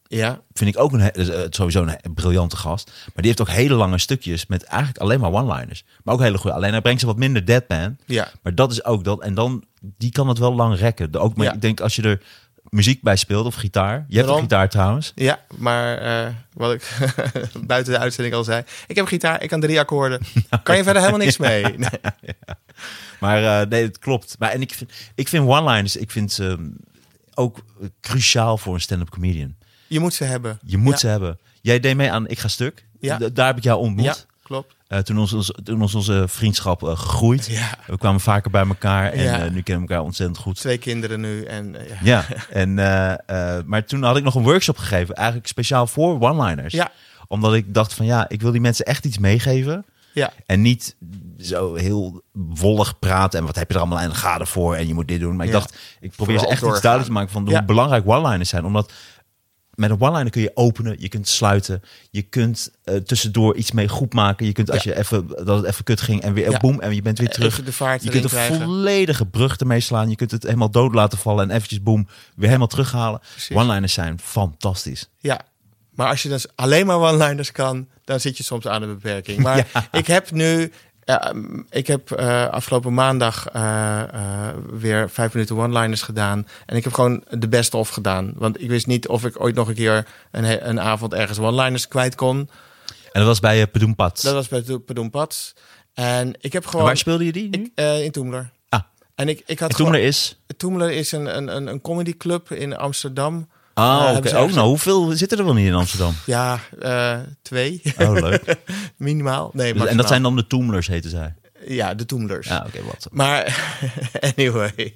Ja.
Vind ik ook een, uh, sowieso een briljante gast. Maar die heeft ook hele lange stukjes met eigenlijk alleen maar one-liners. Maar ook hele goede. Alleen hij brengt ze wat minder deadpan.
Ja.
Maar dat is ook dat. En dan, die kan het wel lang rekken. De, ook, maar
Ja.
ik denk als je er muziek bij speelt of gitaar. Je hebt
Waarom?
een gitaar trouwens.
Ja, maar uh, wat ik buiten de uitzending al zei. Ik heb een gitaar, ik kan drie akkoorden. Kan je verder helemaal niks mee. Nee.
Ja. Maar uh, nee, het klopt. Maar en ik vind, ik vind one-liners, ik vind ze um, ook cruciaal voor een stand-up comedian.
Je moet ze hebben.
Je moet
ja.
ze hebben. Jij deed mee aan Ik Ga Stuk.
Ja.
D- daar heb ik jou ontmoet.
Ja, klopt.
Uh, toen, ons, ons, toen ons onze vriendschap uh, gegroeid.
Ja.
We kwamen vaker bij elkaar en
Ja.
uh, nu kennen we elkaar ontzettend goed.
Twee kinderen nu. En, uh, ja.
Ja, en, uh, uh, maar toen had ik nog een workshop gegeven, eigenlijk speciaal voor one-liners.
Ja.
Omdat ik dacht van ja, ik wil die mensen echt iets meegeven.
Ja.
En niet zo heel wollig praten. En wat heb je er allemaal aan? Ga ervoor en je moet dit doen. Maar ik
Ja.
dacht, ik probeer
Vooral
ze echt
doorgaan.
iets duidelijk te maken van
Ja.
hoe belangrijk one-liners zijn. Omdat met een one-liner kun je openen, je kunt sluiten. Je kunt uh, tussendoor iets mee goed maken. Je kunt als
Ja.
je even, dat het even kut ging en weer
Ja.
boem en je bent weer terug.
Even de vaart
Je
erin
kunt een
krijgen.
volledige brug ermee slaan. Je kunt het helemaal dood laten vallen en eventjes boem, weer helemaal terughalen.
Precies.
One-liners zijn fantastisch.
Ja, maar als je dus alleen maar one-liners kan, dan zit je soms aan een beperking. Maar
Ja.
ik heb nu, ja, ik heb uh, afgelopen maandag uh, uh, weer vijf minuten one-liners gedaan. En ik heb gewoon de beste of gedaan. Want ik wist niet of ik ooit nog een keer een, een avond ergens one-liners kwijt kon.
En dat was bij uh, Pedoenpad.
Dat was bij Pedoen Pats. En ik heb
En
gewoon...
waar speelde je die nu?
Ik, uh, in Toemler.
Ah.
En ik, ik had
En toen
gewoon...
er is...
Toemler is een, een, een, een comedyclub in Amsterdam.
Oh,
Uh,
oké.
hebben ze
Oh,
ergens-
nou, hoeveel zitten er wel niet in Amsterdam?
Ja, uh, twee.
Oh, leuk.
Minimaal. Nee,
Dus- en dat
maximaal.
zijn dan de Toemlers, heten zij.
Ja, de Toemlers.
Ja, oké, wat.
Maar anyway.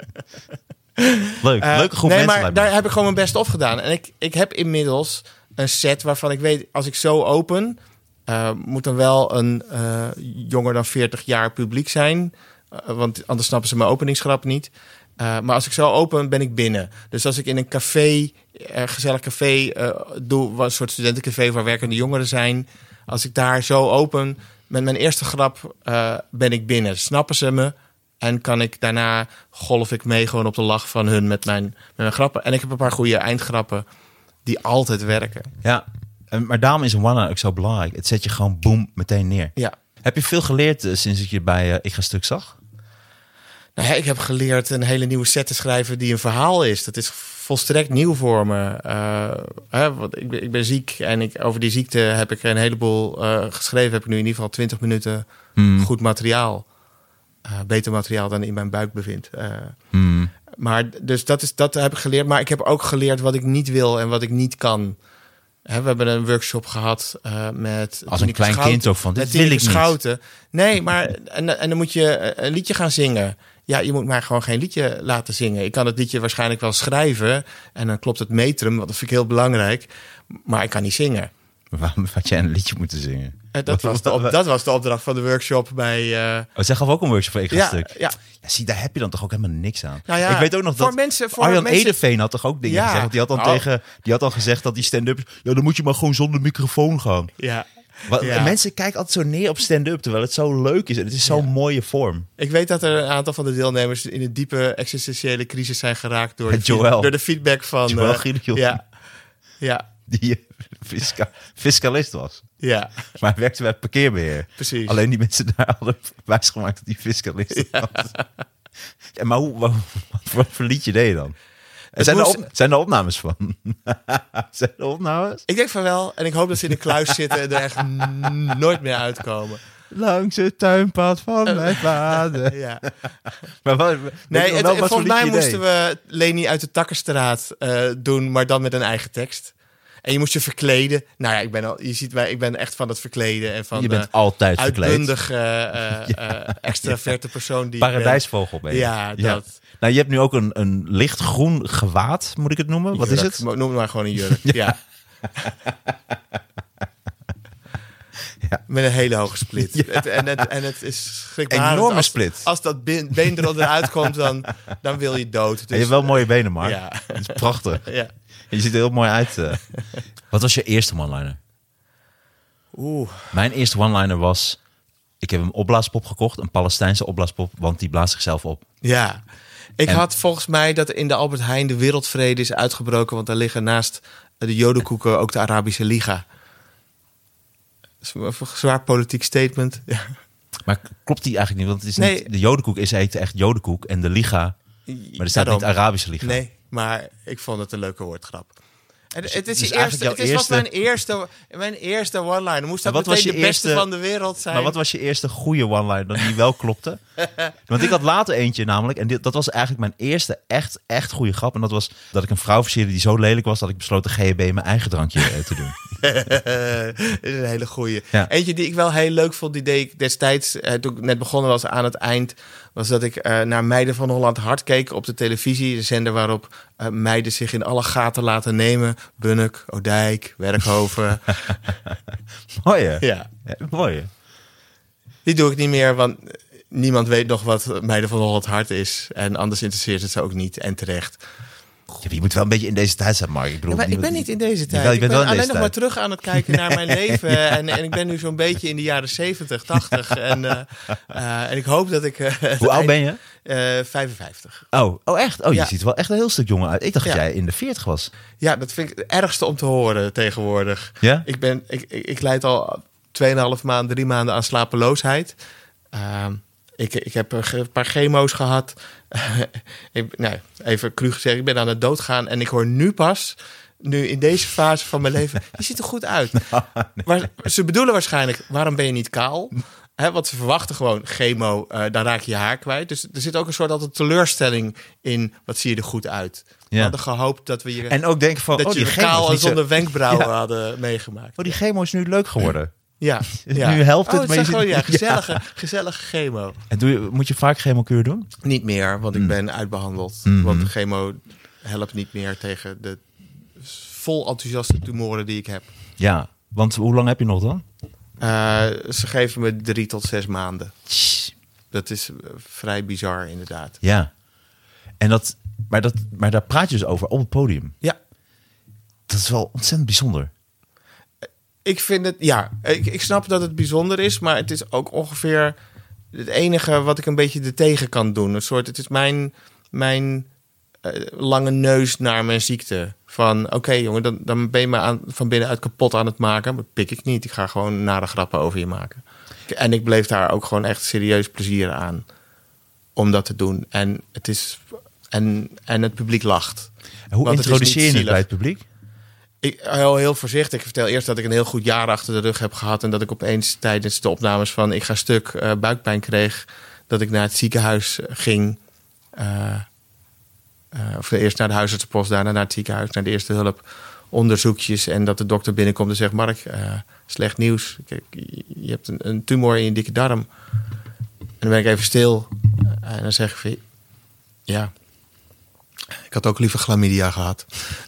Leuk,
Uh,
leuke groep
nee,
mensen.
maar
lijkt me.
daar heb ik gewoon mijn best op gedaan. En ik, ik heb inmiddels een set waarvan ik weet, als ik zo open, uh, moet dan wel een uh, jonger dan veertig jaar publiek zijn. Uh, want anders snappen ze mijn openingsgrap niet. Uh, maar als ik zo open, ben ik binnen. Dus als ik in een café, een gezellig café uh, doe, wat een soort studentencafé waar werkende jongeren zijn. Als ik daar zo open, met mijn eerste grap uh, ben ik binnen. Snappen ze me? En kan ik daarna golf ik mee gewoon op de lach van hun met mijn, met mijn grappen. En ik heb een paar goede eindgrappen die altijd werken.
Ja, en- maar daarom is een one-liner ook zo belangrijk. Het zet je gewoon boem meteen neer.
Ja.
Heb je veel geleerd uh, sinds ik je bij uh, Ik Ga Stuk zag?
Nou ja, ik heb geleerd een hele nieuwe set te schrijven die een verhaal is. Dat is volstrekt nieuw voor me. Uh, hè, want ik, ben, ik ben ziek en ik, over die ziekte heb ik een heleboel uh, geschreven. Heb ik nu in ieder geval twintig minuten
Hmm.
goed materiaal. Uh, beter materiaal dan in mijn buik bevindt. Uh,
Hmm.
maar dus dat, is, dat heb ik geleerd. Maar ik heb ook geleerd wat ik niet wil en wat ik niet kan. Hè, we hebben een workshop gehad uh, met...
Als een klein kind ook van, dit
met
wil ik
Tineke
niet.
Schouten. Nee, maar en, en dan moet je een liedje gaan zingen. Ja, je moet mij gewoon geen liedje laten zingen. Ik kan het liedje waarschijnlijk wel schrijven. En dan klopt het metrum, want dat vind ik heel belangrijk. Maar ik kan niet zingen.
Waarom had jij een liedje moeten zingen?
En dat, was de op, dat was de opdracht van de workshop bij... Uh...
Oh, zij gaf ook een workshop voor Ik Ga
Ja,
Stuk.
ja.
Ja, zie, daar heb je dan toch ook helemaal niks aan.
Nou ja,
ik weet ook nog
voor
dat
mensen- voor
Arjan
mensen-
Edeveen had toch ook dingen
Ja.
gezegd. Want die had dan
Nou.
tegen, die had dan gezegd dat die stand-up, ja, dan moet je maar gewoon zonder microfoon gaan.
Ja.
Wat,
Ja.
Mensen kijken altijd zo neer op stand-up, terwijl het zo leuk is. En het is zo'n mooie vorm.
Ik weet dat er een aantal van de deelnemers in een diepe existentiële crisis zijn geraakt door,
Ja,
de,
Joël.
door de feedback van...
Joël
uh,
Gielichel.
ja, ja,
Die uh, fisca- fiscalist was.
ja,
Maar hij werkte bij het parkeerbeheer.
precies.
Alleen die mensen daar hadden wijsgemaakt dat hij fiscalist was. Ja, maar hoe, wat, wat voor liedje deed je dan?
Het
Zijn,
moest-
er op, zijn er opnames van? Zijn er opnames?
Ik denk van wel. En ik hoop dat ze in de kluis zitten en er echt n- nooit meer uitkomen.
Langs het tuinpad van mijn vader.
Ja.
Maar wat,
Nee,
weet je
het,
wel wat voor
volgens mij
liedje je
moesten we Leni uit de Takkenstraat uh, doen, maar dan met een eigen tekst. En je moest je verkleden. Nou ja, ik ben al, je ziet mij, ik ben echt van het verkleden en van
Je bent
de
altijd verkleed.
uitbundige, uh, uh, extraverte persoon die ik ben.
Paradijsvogel ben je.
Ja, dat.
Nou, je hebt nu ook een, een lichtgroen gewaad, moet ik het noemen? Wat is
Jurk.
het?
Noem het maar gewoon een jurk. Ja.
Ja.
Met een hele hoge split.
Ja.
Het, en, het, en het is schrikbarend.
Enorme
als,
split.
Als dat been, been er eruit komt, dan, dan wil je dood. Dus,
En je hebt wel mooie benen, Mark.
Ja.
Dat is prachtig.
Ja.
Je ziet er heel mooi uit. uh. Wat was je eerste one-liner?
Oeh.
Mijn eerste one-liner was... Ik heb een opblaaspop gekocht, een Palestijnse opblaaspop, want die blaast zichzelf op.
Ja. Ik
En-
had volgens mij dat in de Albert Heijn de wereldvrede is uitgebroken, want daar liggen naast de jodenkoeken ook de Arabische Liga. Dat is een zwaar politiek statement. Ja.
Maar klopt die eigenlijk niet? Want het is
Nee.
niet, de jodenkoek is echt echt jodenkoek en de Liga... Maar er staat
Daarom.
niet Arabische Liga.
Nee, maar ik vond het een leuke woordgrap. En
Dus-
het is,
dus
je
eigenlijk
eerste, het
jouw
is wat
eerste-
mijn eerste, mijn eerste one-liner. Moest dat
En wat was
meteen de
je
beste
eerste-
van de wereld zijn?
Maar wat was je eerste goede one-liner dan die wel klopte? Want ik had later eentje namelijk. En dit, dat was eigenlijk mijn eerste echt, echt goede grap. En dat was dat ik een vrouw versierde die zo lelijk was... dat ik besloot de G H B mijn eigen drankje eh, te doen.
Dat is een hele goeie.
Ja.
Eentje die ik wel heel leuk vond, die deed ik destijds, eh, toen ik net begonnen was aan het eind, was dat ik eh, naar Meiden van Holland Hart keek op de televisie. De zender waarop eh, meiden zich in alle gaten laten nemen. Bunnik, Odijk, Werkhoven.
Mooi hè?
Ja,
Ja, mooi hè?
die doe ik niet meer, want niemand weet nog wat Meiden van Holland Hart is. En anders interesseert het ze ook niet, en terecht.
Ja, je moet wel een beetje in deze tijd zijn, Mark. Ik, bedoel,
Ja, maar ik
die-
ben niet in deze tijd.
Jawel, je
ik
bent
ben
wel in
alleen
deze
nog maar
tijd.
terug aan het kijken naar mijn leven. En, en ik ben nu zo'n beetje in de jaren zeventig, tachtig. En, eh, eh, en ik hoop dat ik... eh, het
Hoe oud ben je?
eind- eh, vijfenvijftig.
Oh, oh echt? Oh, je
Ja.
ziet er wel echt een heel stuk jonger uit. Ik dacht dat
Ja.
jij in de veertig was.
Ja, dat vind ik het ergste om te horen tegenwoordig.
Ja?
Ik, ben, ik, ik, ik leid al tweeënhalf maand, drie maanden aan slapeloosheid. Ehm, ik, ik heb een ge- een paar chemo's gehad. ik, nou, even cru gezegd, ik ben aan het doodgaan. En ik hoor nu pas, nu in deze fase van mijn leven... je ziet er goed uit. Maar ze bedoelen waarschijnlijk, waarom ben je niet kaal? Hè, want ze verwachten gewoon chemo, eh dan raak je je haar kwijt. Dus er zit ook een soort altijd teleurstelling in, wat zie je er goed uit. We
Ja.
hadden gehoopt dat we hier...
En ook denken van,
dat
oh,
je
die
de
chemo is
kaal en
niet zo-
zonder wenkbrauwen
Ja.
hadden meegemaakt.
Oh, die chemo is nu leuk geworden.
Ja, ja.
Nu helpt het,
oh,
maar je
is gewoon,
ziet-
ja, gezellige, gezellige chemo.
En doe je, moet je vaak chemokuur doen?
Niet meer, want
Mm.
ik ben uitbehandeld.
Mhm.
Want de chemo helpt niet meer tegen de vol enthousiaste tumoren die ik heb.
Ja, want hoe lang heb je nog dan?
Uh, ze geven me drie tot zes maanden.
Tss,
Dat is uh, vrij bizar, inderdaad.
Ja. En dat, maar, dat, maar daar praat je dus over op het podium.
Ja,
Dat is wel ontzettend bijzonder.
ik vind het, ja, ik, ik snap dat het bijzonder is, maar het is ook ongeveer het enige wat ik een beetje er tegen kan doen. Een soort, het is mijn, mijn uh, lange neus naar mijn ziekte. Van, oké okay, jongen, dan, dan ben je me aan, van binnenuit kapot aan het maken. Maar pik ik niet. Ik ga gewoon nare grappen over je maken. En ik bleef daar ook gewoon echt serieus plezier aan om dat te doen. En het is en, en het publiek lacht.
En hoe
Want het is
introduceer je
niet
het bij
zielig.
het publiek?
Ik heel, heel voorzichtig. Ik vertel eerst dat ik een heel goed jaar achter de rug heb gehad. En dat ik opeens tijdens de opnames van Ik Ga Stuk uh, buikpijn kreeg. Dat ik naar het ziekenhuis ging. Uh, uh, of eerst naar de huisartsenpost, daarna naar het ziekenhuis. Naar de eerste hulp. Onderzoekjes. En dat de dokter binnenkomt en zegt: Mark, uh, slecht nieuws. Kijk, je hebt een, een tumor in je dikke darm. En dan ben ik even stil. Uh, en dan zeg ik van, ja, ik had ook liever chlamydia gehad.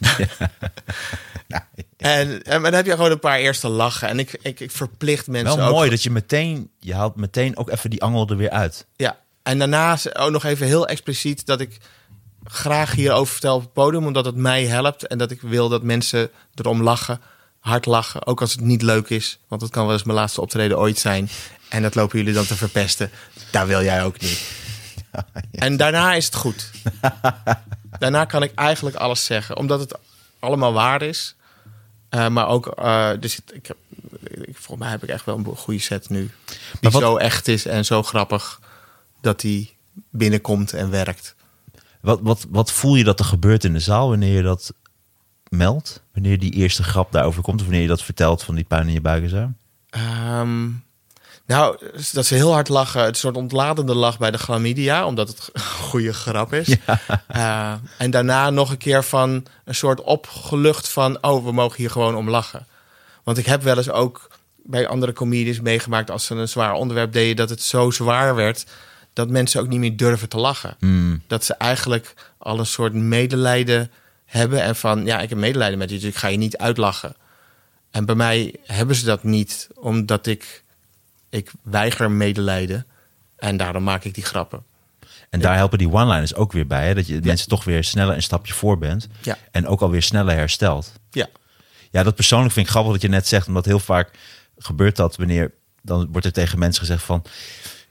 Ja. En, en dan heb je gewoon een paar eerste lachen. En ik, ik, ik verplicht mensen
Wel
ook.
mooi dat je meteen, je haalt meteen ook even die angel er weer uit.
Ja, en daarna ook nog even heel expliciet dat ik graag hierover vertel op het podium, omdat het mij helpt. En dat ik wil dat mensen erom lachen, hard lachen. Ook als het niet leuk is, want het kan wel eens mijn laatste optreden ooit zijn. En dat lopen jullie dan te verpesten. Daar wil jij ook niet. Ja, ja. En daarna is het goed. Daarna kan ik eigenlijk alles zeggen, omdat het allemaal waar is. Uh, maar ook, uh, dus ik heb, ik, volgens mij heb ik echt wel een goede set nu. Die wat, zo echt is en zo grappig dat die binnenkomt en werkt.
Wat, wat, wat voel je dat er gebeurt in de zaal wanneer je dat meldt? Wanneer die eerste grap daarover komt? Of wanneer je dat vertelt van die pijn in je buik en zo?
Um, nou, dat ze heel hard lachen. Het soort ontladende lach bij de chlamydia, omdat het een goede grap is. Ja. Uh, en daarna nog een keer van een soort opgelucht van, oh, we mogen hier gewoon om lachen. Want ik heb wel eens ook bij andere comedians meegemaakt, als ze een zwaar onderwerp deden, dat het zo zwaar werd dat mensen ook niet meer durven te lachen.
Mm.
Dat ze eigenlijk al een soort medelijden hebben en van, ja, ik heb medelijden met je, dus ik ga je niet uitlachen. En bij mij hebben ze dat niet, omdat ik ik weiger medelijden en daarom maak ik die grappen.
En daar helpen die one-liners ook weer bij, hè? Dat je
ja.
mensen toch weer sneller een stapje voor bent.
Ja.
En ook alweer sneller herstelt.
Ja.
Ja, dat persoonlijk vind ik grappig dat je net zegt, omdat heel vaak gebeurt dat wanneer, dan wordt er tegen mensen gezegd van,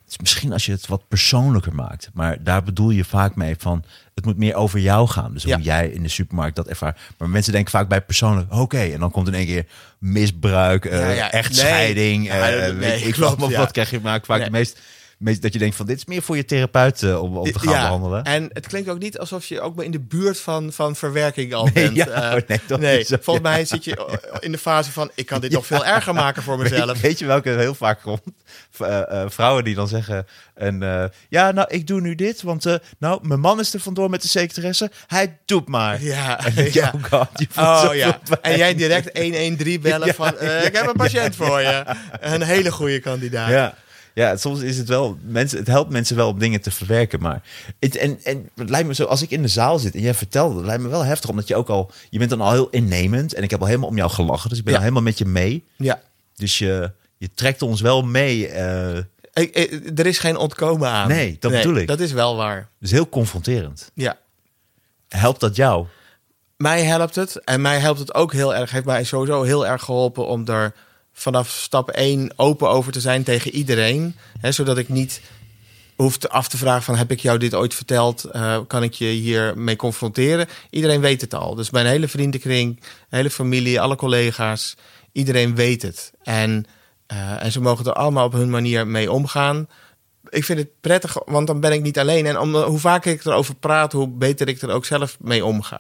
is misschien als je het wat persoonlijker maakt. Maar daar bedoel je vaak mee van... het moet meer over jou gaan. Dus
Ja.
hoe jij in de supermarkt dat ervaart. Maar mensen denken vaak bij persoonlijk... oké, okay, en dan komt in één keer misbruik, uh,
Ja, ja.
echtscheiding.
Nee. Ja,
uh,
nee,
weet ik
klopt,
wat,
ja.
wat krijg je maakt vaak
Nee.
de meest, meest... dat je denkt van dit is meer voor je therapeut uh, om, om te gaan
Ja,
behandelen.
En het klinkt ook niet alsof je ook maar in de buurt van, van verwerking al
Nee,
bent.
ja,
Uh,
oh, nee, dat
nee,
is zo,
volgens
ja.
mij zit je in de fase van... ik kan dit nog veel erger maken voor mezelf.
Weet, weet je welke heel vaak komt? Uh, uh, vrouwen die dan zeggen... En, uh, ja, nou, ik doe nu dit, want uh, nou, mijn man is er vandoor met de secretaresse. Hij doet maar.
Ja,
en dan,
ja.
Oh God, je voelt
Oh
zo
ja,
veel
en jij direct honderddertien bellen
Ja,
van... Uh, ik heb een patiënt voor je. Een hele goede kandidaat.
Ja. Ja, soms is het wel... Mensen, het helpt mensen wel om dingen te verwerken, maar... Het, en, en het lijkt me zo... Als ik in de zaal zit en jij vertelde... Het lijkt me wel heftig, omdat je ook al... Je bent dan al heel innemend. En ik heb al helemaal om jou gelachen. Dus ik ben
Ja.
al helemaal met je mee.
Ja.
Dus je, je trekt ons wel mee. Uh,
Ik, ik, er is geen ontkomen aan.
Nee, dat bedoel ik.
Dat is wel waar.
dus heel confronterend.
Ja.
Helpt dat jou?
Mij helpt het. En mij helpt het ook heel erg. Heeft mij sowieso heel erg geholpen om er vanaf stap één open over te zijn tegen iedereen. Hè, zodat ik niet hoef te af te vragen van... heb ik jou dit ooit verteld? Uh, kan ik je hiermee confronteren? Iedereen weet het al. Dus mijn hele vriendenkring, hele familie, alle collega's... iedereen weet het. En, uh, en ze mogen er allemaal op hun manier mee omgaan. Ik vind het prettig, want dan ben ik niet alleen. En om, hoe vaker ik erover praat, hoe beter ik er ook zelf mee omga.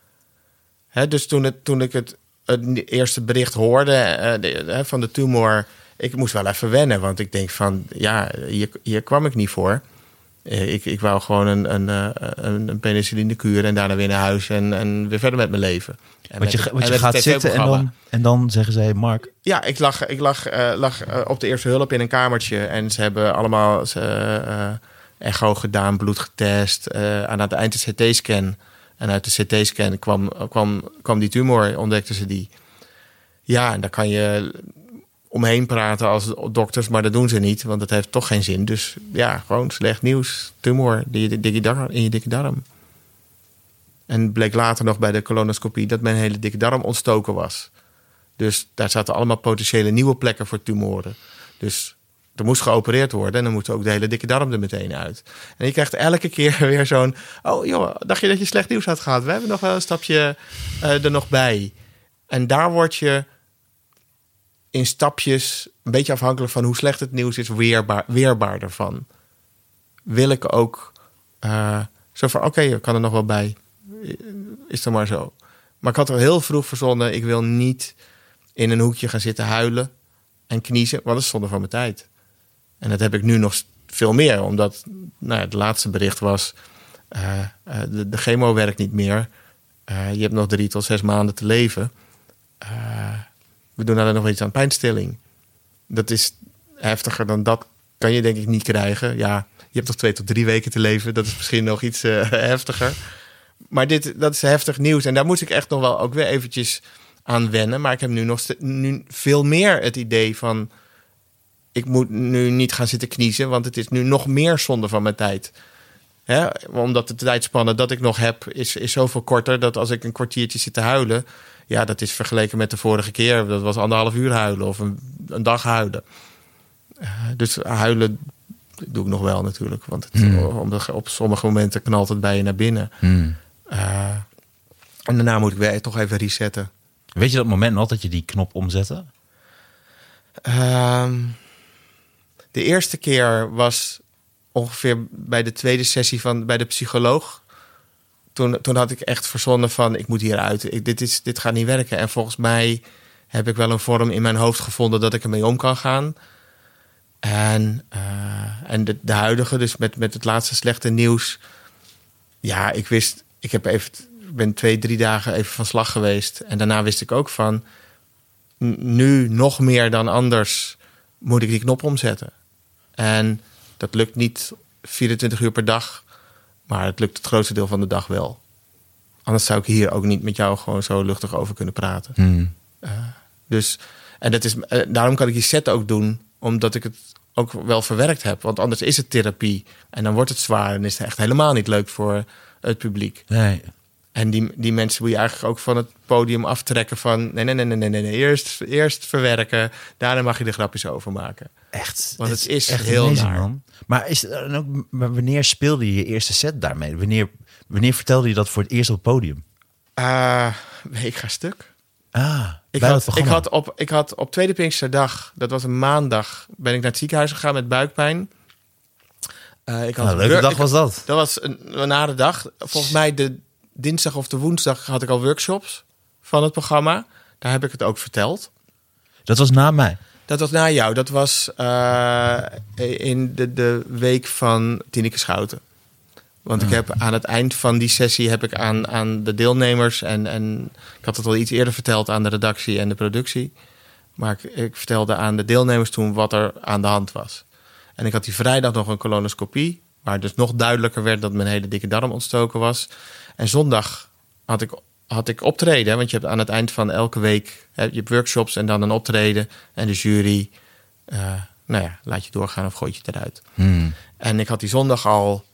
Hè, dus toen, het, toen ik het, het eerste bericht hoorde uh, de, de, van de tumor... ik moest wel even wennen, want ik denk van... ja, hier, hier kwam ik niet voor. Uh, ik, ik wou gewoon een, een, uh, een, een penicillinekuur en daarna weer naar huis... en, en weer verder met mijn leven. En
Want je,
met,
want
en
je
met
gaat
het
zitten en
tv-programma.
dan, en dan zeggen ze... Hey Mark,
Ja, ik lag, ik lag, uh, lag uh, op de eerste hulp in een kamertje. En ze hebben allemaal ze, uh, echo gedaan, bloed getest. Uh, aan het eind de C T-scan. En uit de C T-scan kwam, kwam, kwam die tumor, ontdekten ze die. Ja, en daar kan je omheen praten als dokters, maar dat doen ze niet. Want dat heeft toch geen zin. Dus ja, gewoon slecht nieuws. Tumor in je dikke darm. In je dikke darm. En bleek later nog bij de colonoscopie dat mijn hele dikke darm ontstoken was. Dus daar zaten allemaal potentiële nieuwe plekken voor tumoren. Dus er moest geopereerd worden en dan moet ook de hele dikke darm er meteen uit. En je krijgt elke keer weer zo'n... oh joh, dacht je dat je slecht nieuws had gehad? We hebben nog wel een stapje uh, er nog bij. En daar word je in stapjes, een beetje afhankelijk van hoe slecht het nieuws is, weerbaar, weerbaarder van. Wil ik ook uh, zo van, oké, okay, ik kan er nog wel bij. Is er maar zo. Maar ik had er heel vroeg verzonnen, ik wil niet in een hoekje gaan zitten huilen en kniezen, want dat is zonde van mijn tijd. En dat heb ik nu nog veel meer, omdat nou ja, het laatste bericht was, uh, uh, de, de chemo werkt niet meer. Uh, je hebt nog drie tot zes maanden te leven. Uh, we doen daar nog iets aan pijnstilling. Dat is heftiger dan dat kan je denk ik niet krijgen. Ja, je hebt nog twee tot drie weken te leven. Dat is misschien nog iets uh, heftiger. Maar dit, dat is heftig nieuws. En daar moest ik echt nog wel ook weer eventjes aan wennen. Maar ik heb nu nog st- nu veel meer het idee van... ik moet nu niet gaan zitten kniezen, want het is nu nog meer zonde van mijn tijd. Hè? Omdat de tijdspanne dat ik nog heb is, is zoveel korter... dat als ik een kwartiertje zit te huilen... ja, dat is vergeleken met de vorige keer. Dat was anderhalf uur huilen of een, een dag huilen. Uh, dus huilen doe ik nog wel natuurlijk. Want het,
Hmm.
op, op sommige momenten knalt het bij je naar binnen.
Hmm.
Uh, en daarna moet ik weer toch even resetten.
Weet je dat moment nog dat je die knop omzette?
Uh, de eerste keer was ongeveer bij de tweede sessie van bij de psycholoog. Toen, toen had ik echt verzonnen van, ik moet hieruit. Ik, dit, is, dit gaat niet werken. En volgens mij heb ik wel een vorm in mijn hoofd gevonden dat ik ermee om kan gaan. En, uh, en de, de huidige, dus met, met het laatste slechte nieuws. Ja, ik wist, ik heb even, ben twee, drie dagen even van slag geweest. En daarna wist ik ook van, nu nog meer dan anders moet ik die knop omzetten. En dat lukt niet vierentwintig uur per dag, maar het lukt het grootste deel van de dag wel. Anders zou ik hier ook niet met jou gewoon zo luchtig over kunnen praten.
Hmm.
Uh, dus, en dat is, uh, daarom kan ik die set ook doen, omdat ik het ook wel verwerkt heb. Want anders is het therapie en dan wordt het zwaar en is het echt helemaal niet leuk voor het publiek.
Nee.
En die, die mensen moet je eigenlijk ook van het podium aftrekken van... nee, nee, nee, nee, nee, nee. Eerst, eerst verwerken, daarna mag je er grapjes over maken.
Echt?
Want het is
echt
heel
amazing,
naar.
man. Maar, is, en ook, maar wanneer speelde je je eerste set daarmee? Wanneer, wanneer vertelde je dat voor het eerst op het podium?
Uh, week ga stuk.
Ah,
Ik
bij dat
had, ik,
programma.
had op, ik had op tweede Pinksterdag, dat was een maandag... ben ik naar het ziekenhuis gegaan met buikpijn. Uh, ik had
Nou, leuke
wor-
dag
ik-
was dat.
Dat was een, een nare dag. Volgens mij de dinsdag of de woensdag had ik al workshops van het programma. Daar heb ik het ook verteld.
Dat was na mij.
Dat was na jou. Dat was uh, in de, de week van Tineke Schouten. Want ik heb aan het eind van die sessie heb ik aan, aan de deelnemers... En, en ik had het al iets eerder verteld aan de redactie en de productie. Maar ik, ik vertelde aan de deelnemers toen wat er aan de hand was. En ik had die vrijdag nog een colonoscopie... waar dus nog duidelijker werd dat mijn hele dikke darm ontstoken was. En zondag had ik, had ik optreden. Want je hebt aan het eind van elke week... Hè, je hebt workshops en dan een optreden. En de jury, uh, nou ja, laat je doorgaan of gooit je het eruit.
Hmm.
En ik had die zondag al...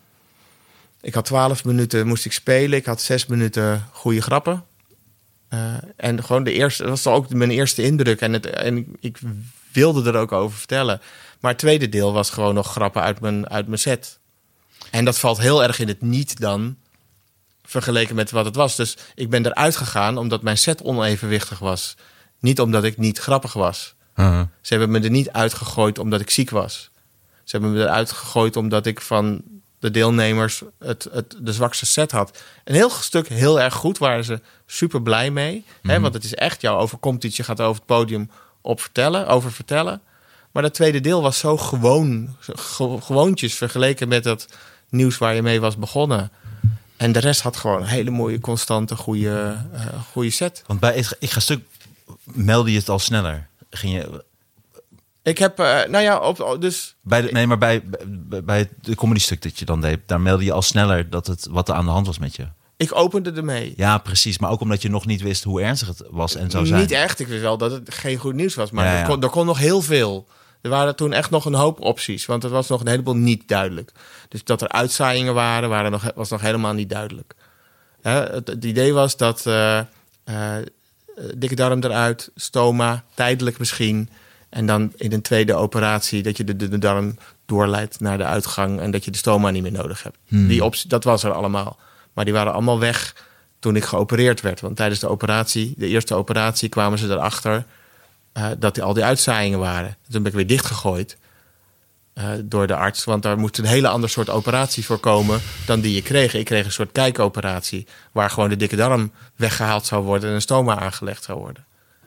Ik had twaalf minuten moest ik spelen. Ik had zes minuten goede grappen. Uh, en gewoon de eerste... Dat was ook mijn eerste indruk. En, het, en ik wilde er ook over vertellen. Maar het tweede deel was gewoon nog grappen uit mijn, uit mijn set. En dat valt heel erg in het niet dan... vergeleken met wat het was. Dus ik ben eruit gegaan omdat mijn set onevenwichtig was. Niet omdat ik niet grappig was.
Uh-huh.
Ze hebben me er niet uitgegooid omdat ik ziek was. Ze hebben me eruit gegooid omdat ik van de deelnemers het, het, de zwakste set had. Een heel stuk heel erg goed, waren ze super blij mee. Mm-hmm. Hè, want het is echt, jou overkomt iets, je gaat over het podium op vertellen, over vertellen. Maar dat tweede deel was zo gewoon, ge, gewoontjes vergeleken met dat nieuws waar je mee was begonnen. En de rest had gewoon een hele mooie, constante, goede, uh, goede set.
Want bij Ik Ga Stuk meldde je het al sneller. Ging je...
Ik heb, uh, nou ja, op, dus...
Bij de, nee, maar bij, bij, bij het comedy stuk dat je dan deed... daar meldde je al sneller dat het, wat er aan de hand was met je.
Ik opende ermee.
Ja, precies. Maar ook omdat je nog niet wist hoe ernstig het was en zou zijn.
Niet echt. Ik wist wel dat het geen goed nieuws was. Maar
ja, ja.
Er, kon, er kon nog heel veel. Er waren toen echt nog een hoop opties. Want er was nog een heleboel niet duidelijk. Dus dat er uitzaaiingen waren, waren nog, was nog helemaal niet duidelijk. Hè, het, het idee was dat uh, uh, dikke darm eruit, stoma, tijdelijk misschien... En dan in een tweede operatie dat je de, de, de darm doorleidt naar de uitgang... en dat je de stoma niet meer nodig hebt. Hmm. Die optie, dat was er allemaal. Maar die waren allemaal weg toen ik geopereerd werd. Want tijdens de operatie, de eerste operatie, kwamen ze erachter... Uh, dat die, al die uitzaaiingen waren. Toen ben ik weer dichtgegooid uh, door de arts. Want daar moest een hele ander soort operatie voor komen... dan die je kreeg. Ik kreeg een soort kijkoperatie... waar gewoon de dikke darm weggehaald zou worden... en een stoma aangelegd zou worden.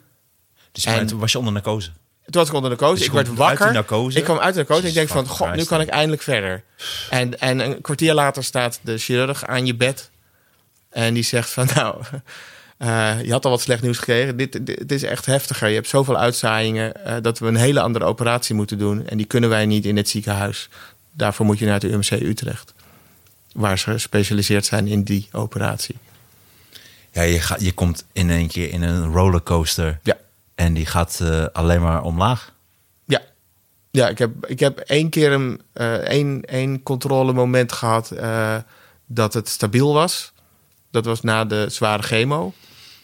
Dus en, toen was je onder narcose?
Toen was ik onder narcose.
Dus
ik werd wakker.
Narcose.
Ik kwam uit de narcose en ik denk van... God, nu kan ik eindelijk verder. En, en een kwartier later staat de chirurg aan je bed. En die zegt van... Nou, uh, je had al wat slecht nieuws gekregen. Dit, dit, dit is echt heftiger. Je hebt zoveel uitzaaiingen... Uh, dat we een hele andere operatie moeten doen. En die kunnen wij niet in het ziekenhuis. Daarvoor moet je naar het U M C Utrecht. Waar ze gespecialiseerd zijn in die operatie.
Ja, je, gaat, je komt in één keer in een rollercoaster...
Ja.
En die gaat uh, alleen maar omlaag?
Ja. Ja, ik heb, ik heb één keer een uh, één, één controlemoment gehad uh, dat het stabiel was. Dat was na de zware chemo.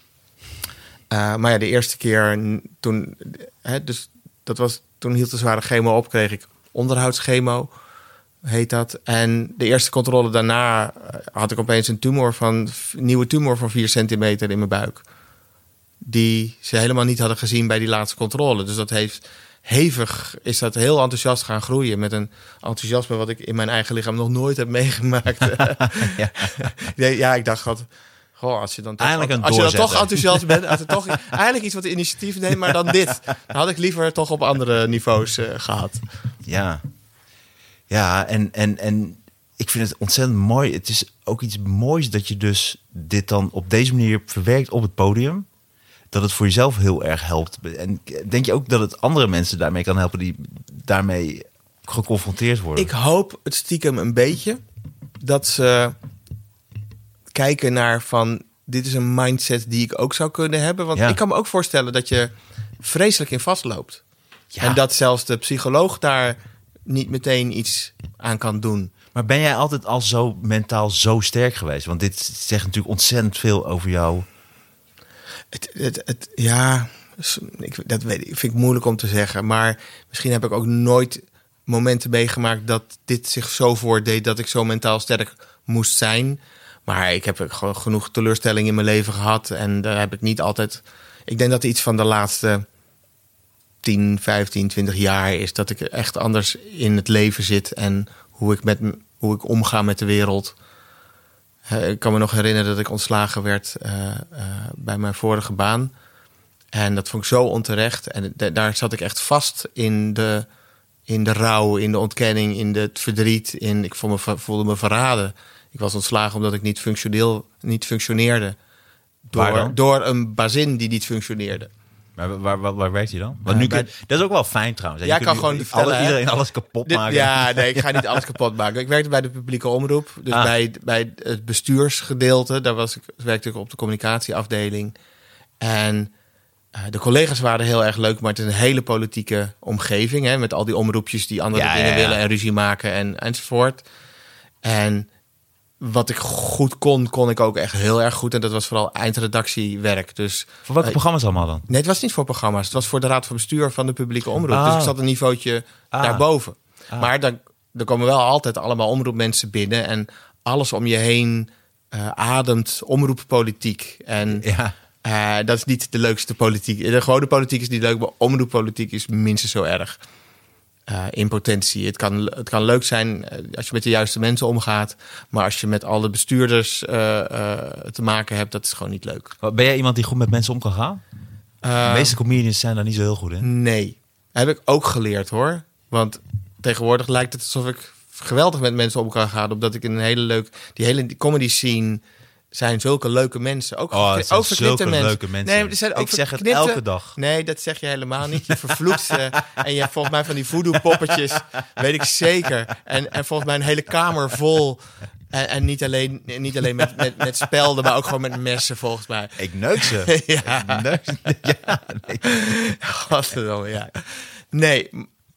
Uh, maar ja, de eerste keer toen... Hè, dus dat was, toen hield de zware chemo op, kreeg ik onderhoudschemo, heet dat. En de eerste controle daarna had ik opeens een tumor van, een nieuwe tumor van vier centimeter in mijn buik. Die ze helemaal niet hadden gezien bij die laatste controle. Dus dat heeft hevig, is dat heel enthousiast gaan groeien. Met een enthousiasme wat ik in mijn eigen lichaam nog nooit heb meegemaakt. ja. ja, ik dacht gewoon, goh, als je dan toch,
een
als je dan toch enthousiast bent, als het toch eigenlijk iets wat initiatief neemt, maar dan dit. Dan had ik liever toch op andere niveaus uh, gehad.
Ja, ja, en, en, en ik vind het ontzettend mooi. Het is ook iets moois dat je dus dit dan op deze manier verwerkt op het podium. Dat het voor jezelf heel erg helpt. En denk je ook dat het andere mensen daarmee kan helpen die daarmee geconfronteerd worden?
Ik hoop het stiekem een beetje dat ze kijken naar van dit is een mindset die ik ook zou kunnen hebben. Want ja. ik kan me ook voorstellen dat je vreselijk in vastloopt. Ja. En dat zelfs de psycholoog daar niet meteen iets aan kan doen.
Maar ben jij altijd al zo mentaal zo sterk geweest? Want dit zegt natuurlijk ontzettend veel over jou.
Het, het, het, ja, ik, dat weet ik, vind ik moeilijk om te zeggen. Maar misschien heb ik ook nooit momenten meegemaakt dat dit zich zo voordeed dat ik zo mentaal sterk moest zijn. Maar ik heb gewoon genoeg teleurstellingen in mijn leven gehad. En daar heb ik niet altijd... Ik denk dat iets van de laatste tien, vijftien, twintig jaar is dat ik echt anders in het leven zit. En hoe ik, met, hoe ik omga met de wereld. Uh, ik kan me nog herinneren dat ik ontslagen werd uh, uh, bij mijn vorige baan. En dat vond ik zo onterecht. En d- daar zat ik echt vast in de, in de rouw, in de ontkenning, in de, het verdriet. In, ik voelde me, voelde me verraden. Ik was ontslagen omdat ik niet, functioneel, niet functioneerde. Door, door een bazin die niet functioneerde.
Maar waar, waar, waar werkt hij dan? Want
Uh,
nu
bij...
kun, dat is ook wel fijn trouwens.
Ja,
je
ik kan
nu,
gewoon vertellen,
alle, iedereen alles kapot maken.
De, ja, nee, ik ga niet alles kapot maken. Ik werkte bij de publieke omroep. Dus ah. bij, bij het bestuursgedeelte. Daar was ik, werkte ik op de communicatieafdeling. En uh, de collega's waren heel erg leuk. Maar het is een hele politieke omgeving. Hè, met al die omroepjes die andere ja, dingen ja, ja. willen. En ruzie maken en, enzovoort. En... Wat ik goed kon, kon ik ook echt heel erg goed. En dat was vooral eindredactiewerk. Dus,
voor welke
uh,
programma's allemaal dan?
Nee, het was niet voor programma's. Het was voor de Raad van Bestuur van de publieke omroep. Ah. Dus ik zat een niveautje ah. daarboven. Ah. Maar dan, er komen wel altijd allemaal omroepmensen binnen. En alles om je heen uh, ademt omroeppolitiek. En ja. uh, dat is niet de leukste politiek. De gewone politiek is niet leuk, maar omroeppolitiek is minstens zo erg. Uh, in potentie. Het kan, het kan leuk zijn uh, als je met de juiste mensen omgaat. Maar als je met alle bestuurders uh, uh, te maken hebt, dat is gewoon niet leuk.
Ben jij iemand die goed met mensen om kan gaan? Uh, de meeste comedians zijn daar niet zo heel goed in.
Nee. Heb ik ook geleerd hoor. Want tegenwoordig lijkt het alsof ik geweldig met mensen om kan gaan. Omdat ik in een hele leuk... Die hele comedy scene... zijn zulke leuke mensen. Ook,
oh, het zijn
ook
zulke
mensen.
leuke mensen.
Nee, er zijn ook
ik zeg
verknipte...
het elke dag.
Nee, dat zeg je helemaal niet. Je vervloekt ze. En je hebt volgens mij van die voodoo-poppetjes. Weet ik zeker. En, en volgens mij een hele kamer vol. En, en niet alleen, niet alleen met, met, met spelden, maar ook gewoon met messen volgens mij.
Ik neuk ze.
ja.
Ik neuk ze. Ja, nee.
Godverdomme, ja. Nee.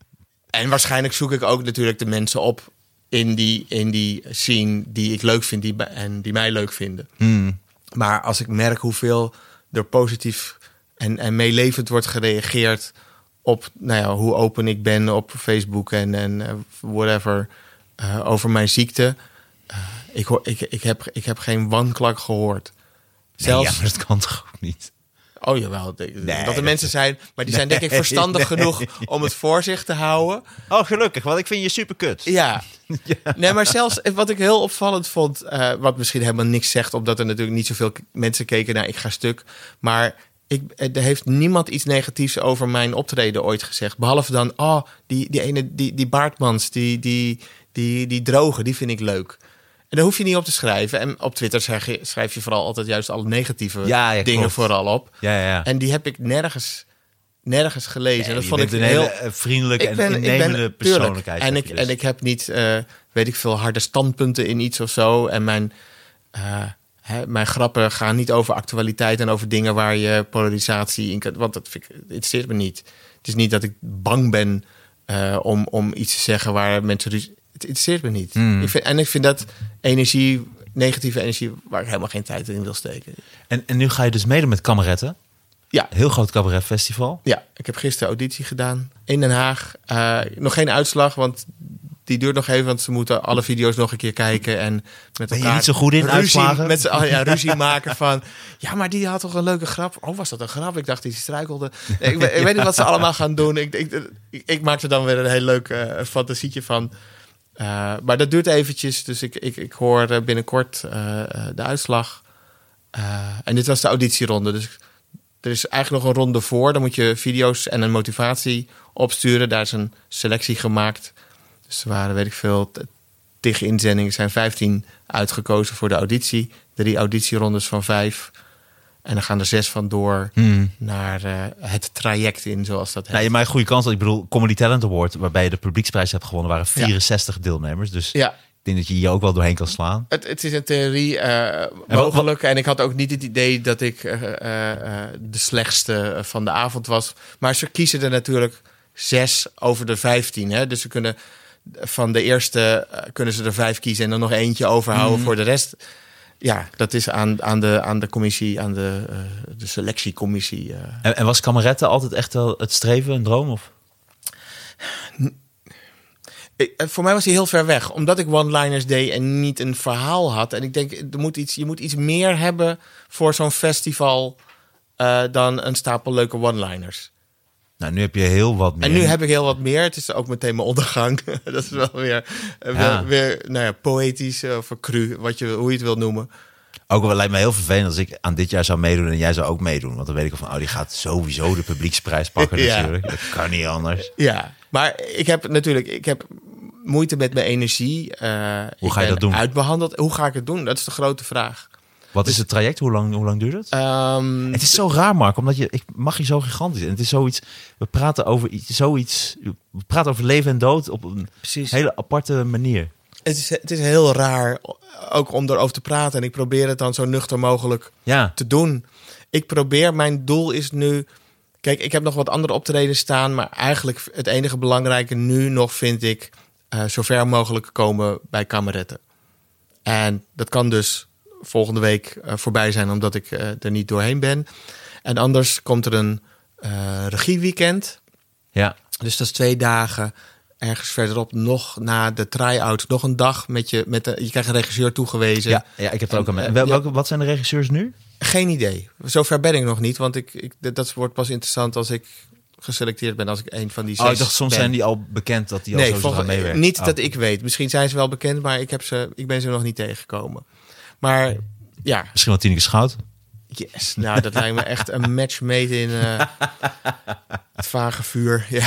En waarschijnlijk zoek ik ook natuurlijk de mensen op... In die, in die scene die ik leuk vind die, en die mij leuk vinden.
Hmm.
Maar als ik merk hoeveel er positief en, en meelevend wordt gereageerd... op nou ja, hoe open ik ben op Facebook en, en uh, whatever... Uh, over mijn ziekte. Uh, ik, hoor, ik, ik, heb, ik heb geen wanklank gehoord.
Zelfs... Nee, ja, maar dat kan toch ook niet?
Oh jawel, nee, dat er mensen zijn, maar die zijn denk ik verstandig nee. genoeg om het voor zich te houden.
Oh, gelukkig, want ik vind je super kut.
Ja. ja. Nee, maar zelfs wat ik heel opvallend vond, uh, wat misschien helemaal niks zegt, omdat er natuurlijk niet zoveel mensen keken naar Ik Ga Stuk. Maar ik, er heeft niemand iets negatiefs over mijn optreden ooit gezegd. Behalve dan, oh, die, die ene, die, die Baartmans, die, die, die, die droge, die vind ik leuk. En daar hoef je niet op te schrijven. En op Twitter schrijf je, schrijf je vooral altijd juist alle negatieve ja, ja, dingen klopt. vooral op.
Ja, ja.
En die heb ik nergens, nergens gelezen.
Nee,
dat
je
vond
bent
ik
een
heel
hele vriendelijke en
ben,
innemende
ben,
persoonlijkheid.
En ik,
dus.
en ik heb niet, uh, weet ik veel, harde standpunten in iets of zo. En mijn, uh, hè, mijn grappen gaan niet over actualiteit en over dingen waar je polarisatie in kan. Want dat vind ik, het interesseert me niet. Het is niet dat ik bang ben uh, om, om iets te zeggen waar mensen... Het interesseert me niet. Mm. Ik vind, en ik vind dat energie, negatieve energie, waar ik helemaal geen tijd in wil steken.
En, en nu ga je dus meedoen met Kameretten?
Ja.
Heel groot cabaretfestival?
Ja, ik heb gisteren auditie gedaan in Den Haag. Uh, nog geen uitslag, want die duurt nog even, want ze moeten alle video's nog een keer kijken. En met
ben
elkaar
je niet zo goed in
ruzie,
uitslagen?
Met z'n allen ja, ruzie maken van... Ja, maar die had toch een leuke grap? Oh, was dat een grap? Ik dacht, die struikelde. Nee, ik, ik weet niet wat ze allemaal gaan doen. Ik, ik, ik, ik maak er dan weer een heel leuk uh, fantasietje van... Uh, maar dat duurt eventjes, dus ik, ik, ik hoor binnenkort uh, de uitslag. Uh, en dit was de auditieronde, dus er is eigenlijk nog een ronde voor. Dan moet je video's en een motivatie opsturen. Daar is een selectie gemaakt. Dus er waren, weet ik veel, tig inzendingen. Er zijn vijftien uitgekozen voor de auditie. Drie auditierondes van vijf. En dan gaan er zes van door hmm. naar uh, het traject in, zoals dat heet.
Nou, je maakt een goede kans. Ik bedoel, Comedy Talent Award, waarbij je de publieksprijs hebt gewonnen, waren vierenzestig ja. deelnemers. Dus ja. ik denk dat je hier ook wel doorheen kan slaan.
Het, het is in theorie uh, mogelijk. En ik had ook niet het idee dat ik uh, uh, de slechtste van de avond was. Maar ze kiezen er natuurlijk zes over de vijftien. Hè? Dus ze kunnen... van de eerste uh, kunnen ze er vijf kiezen en dan nog eentje overhouden mm. voor de rest. Ja, dat is aan, aan, de, aan de commissie, aan de, uh, de selectiecommissie. Uh.
En, en was kameretten altijd echt wel het streven, een droom? Of?
Ik, voor mij was hij heel ver weg, omdat ik one-liners deed en niet een verhaal had. En ik denk, er moet iets, je moet iets meer hebben voor zo'n festival uh, dan een stapel leuke one-liners.
Nou, nu heb je heel wat meer.
En nu heb ik heel wat meer. Het is ook meteen mijn ondergang. Dat is wel weer, uh, ja. wel, weer nou ja, poëtisch of cru, wat je, hoe je het wil noemen.
Ook wel lijkt me heel vervelend als ik aan dit jaar zou meedoen en jij zou ook meedoen. Want dan weet ik al van, oh, die gaat sowieso de publieksprijs pakken ja. natuurlijk. Dat kan niet anders.
Ja, maar ik heb natuurlijk, ik heb moeite met mijn energie. Uh,
hoe ga je dat doen?
Uitbehandeld. Hoe ga ik het doen? Dat is de grote vraag.
Wat is het traject? Hoe lang, hoe lang duurt het?
Um,
het is zo raar, Mark, omdat je, ik mag je zo gigantisch. En het is zoiets, we praten over iets, zoiets, we praten over leven en dood op een Precies. hele aparte manier.
Het is, het is heel raar, ook om erover te praten. En ik probeer het dan zo nuchter mogelijk ja. te doen. Ik probeer, mijn doel is nu... Kijk, ik heb nog wat andere optredens staan, maar eigenlijk het enige belangrijke nu nog vind ik uh, zo ver mogelijk komen bij kameretten. En dat kan dus volgende week uh, voorbij zijn, omdat ik uh, er niet doorheen ben. En anders komt er een uh, regieweekend.
Ja.
Dus dat is twee dagen. Ergens verderop nog na de try-out nog een dag met je met de, je krijgt een regisseur toegewezen.
Ja, ja ik heb er ook aan mee. Wel, welke, wat zijn de regisseurs nu?
Geen idee. Zover ben ik nog niet, want ik, ik dat wordt pas interessant als ik geselecteerd ben, als ik een van die zes.
Oh, ik dacht soms
ben.
zijn die al bekend dat die al
nee,
zo gaan meewerken.
Niet
oh.
dat ik weet. Misschien zijn ze wel bekend, maar ik heb ze, ik ben ze nog niet tegengekomen. Maar ja.
Misschien wel Tineke Schout.
Yes, nou dat lijkt me echt een match made in uh, het vage vuur. Ja.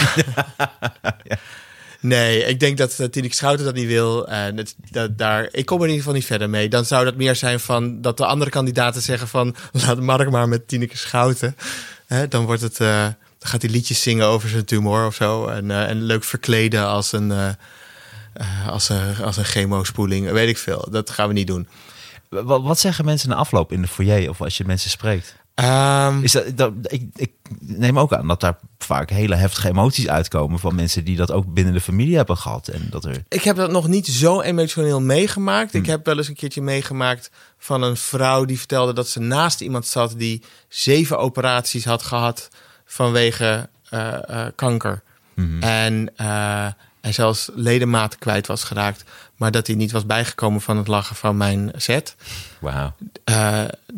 ja. Nee, ik denk dat uh, Tineke Schouten dat niet wil. Uh, dat, dat, daar, ik kom er in ieder geval niet verder mee. Dan zou dat meer zijn van dat de andere kandidaten zeggen van laat Mark maar met Tineke Schouten. Hè, dan wordt het, uh, dan gaat hij liedjes zingen over zijn tumor of zo en, uh, en leuk verkleden als een uh, uh, als een als een chemospoeling. Weet ik veel. Dat gaan we niet doen.
Wat, wat zeggen mensen na afloop in de foyer of als je mensen spreekt?
Um,
is dat, dat, ik, ik neem ook aan dat daar vaak hele heftige emoties uitkomen van mensen die dat ook binnen de familie hebben gehad. En dat er...
Ik heb dat nog niet zo emotioneel meegemaakt. Hm. Ik heb wel eens een keertje meegemaakt van een vrouw die vertelde dat ze naast iemand zat die zeven operaties had gehad vanwege uh, uh, kanker.
Mm-hmm.
En, uh, en zelfs ledematen kwijt was geraakt. Maar dat hij niet was bijgekomen van het lachen van mijn set.
Wauw.
Uh,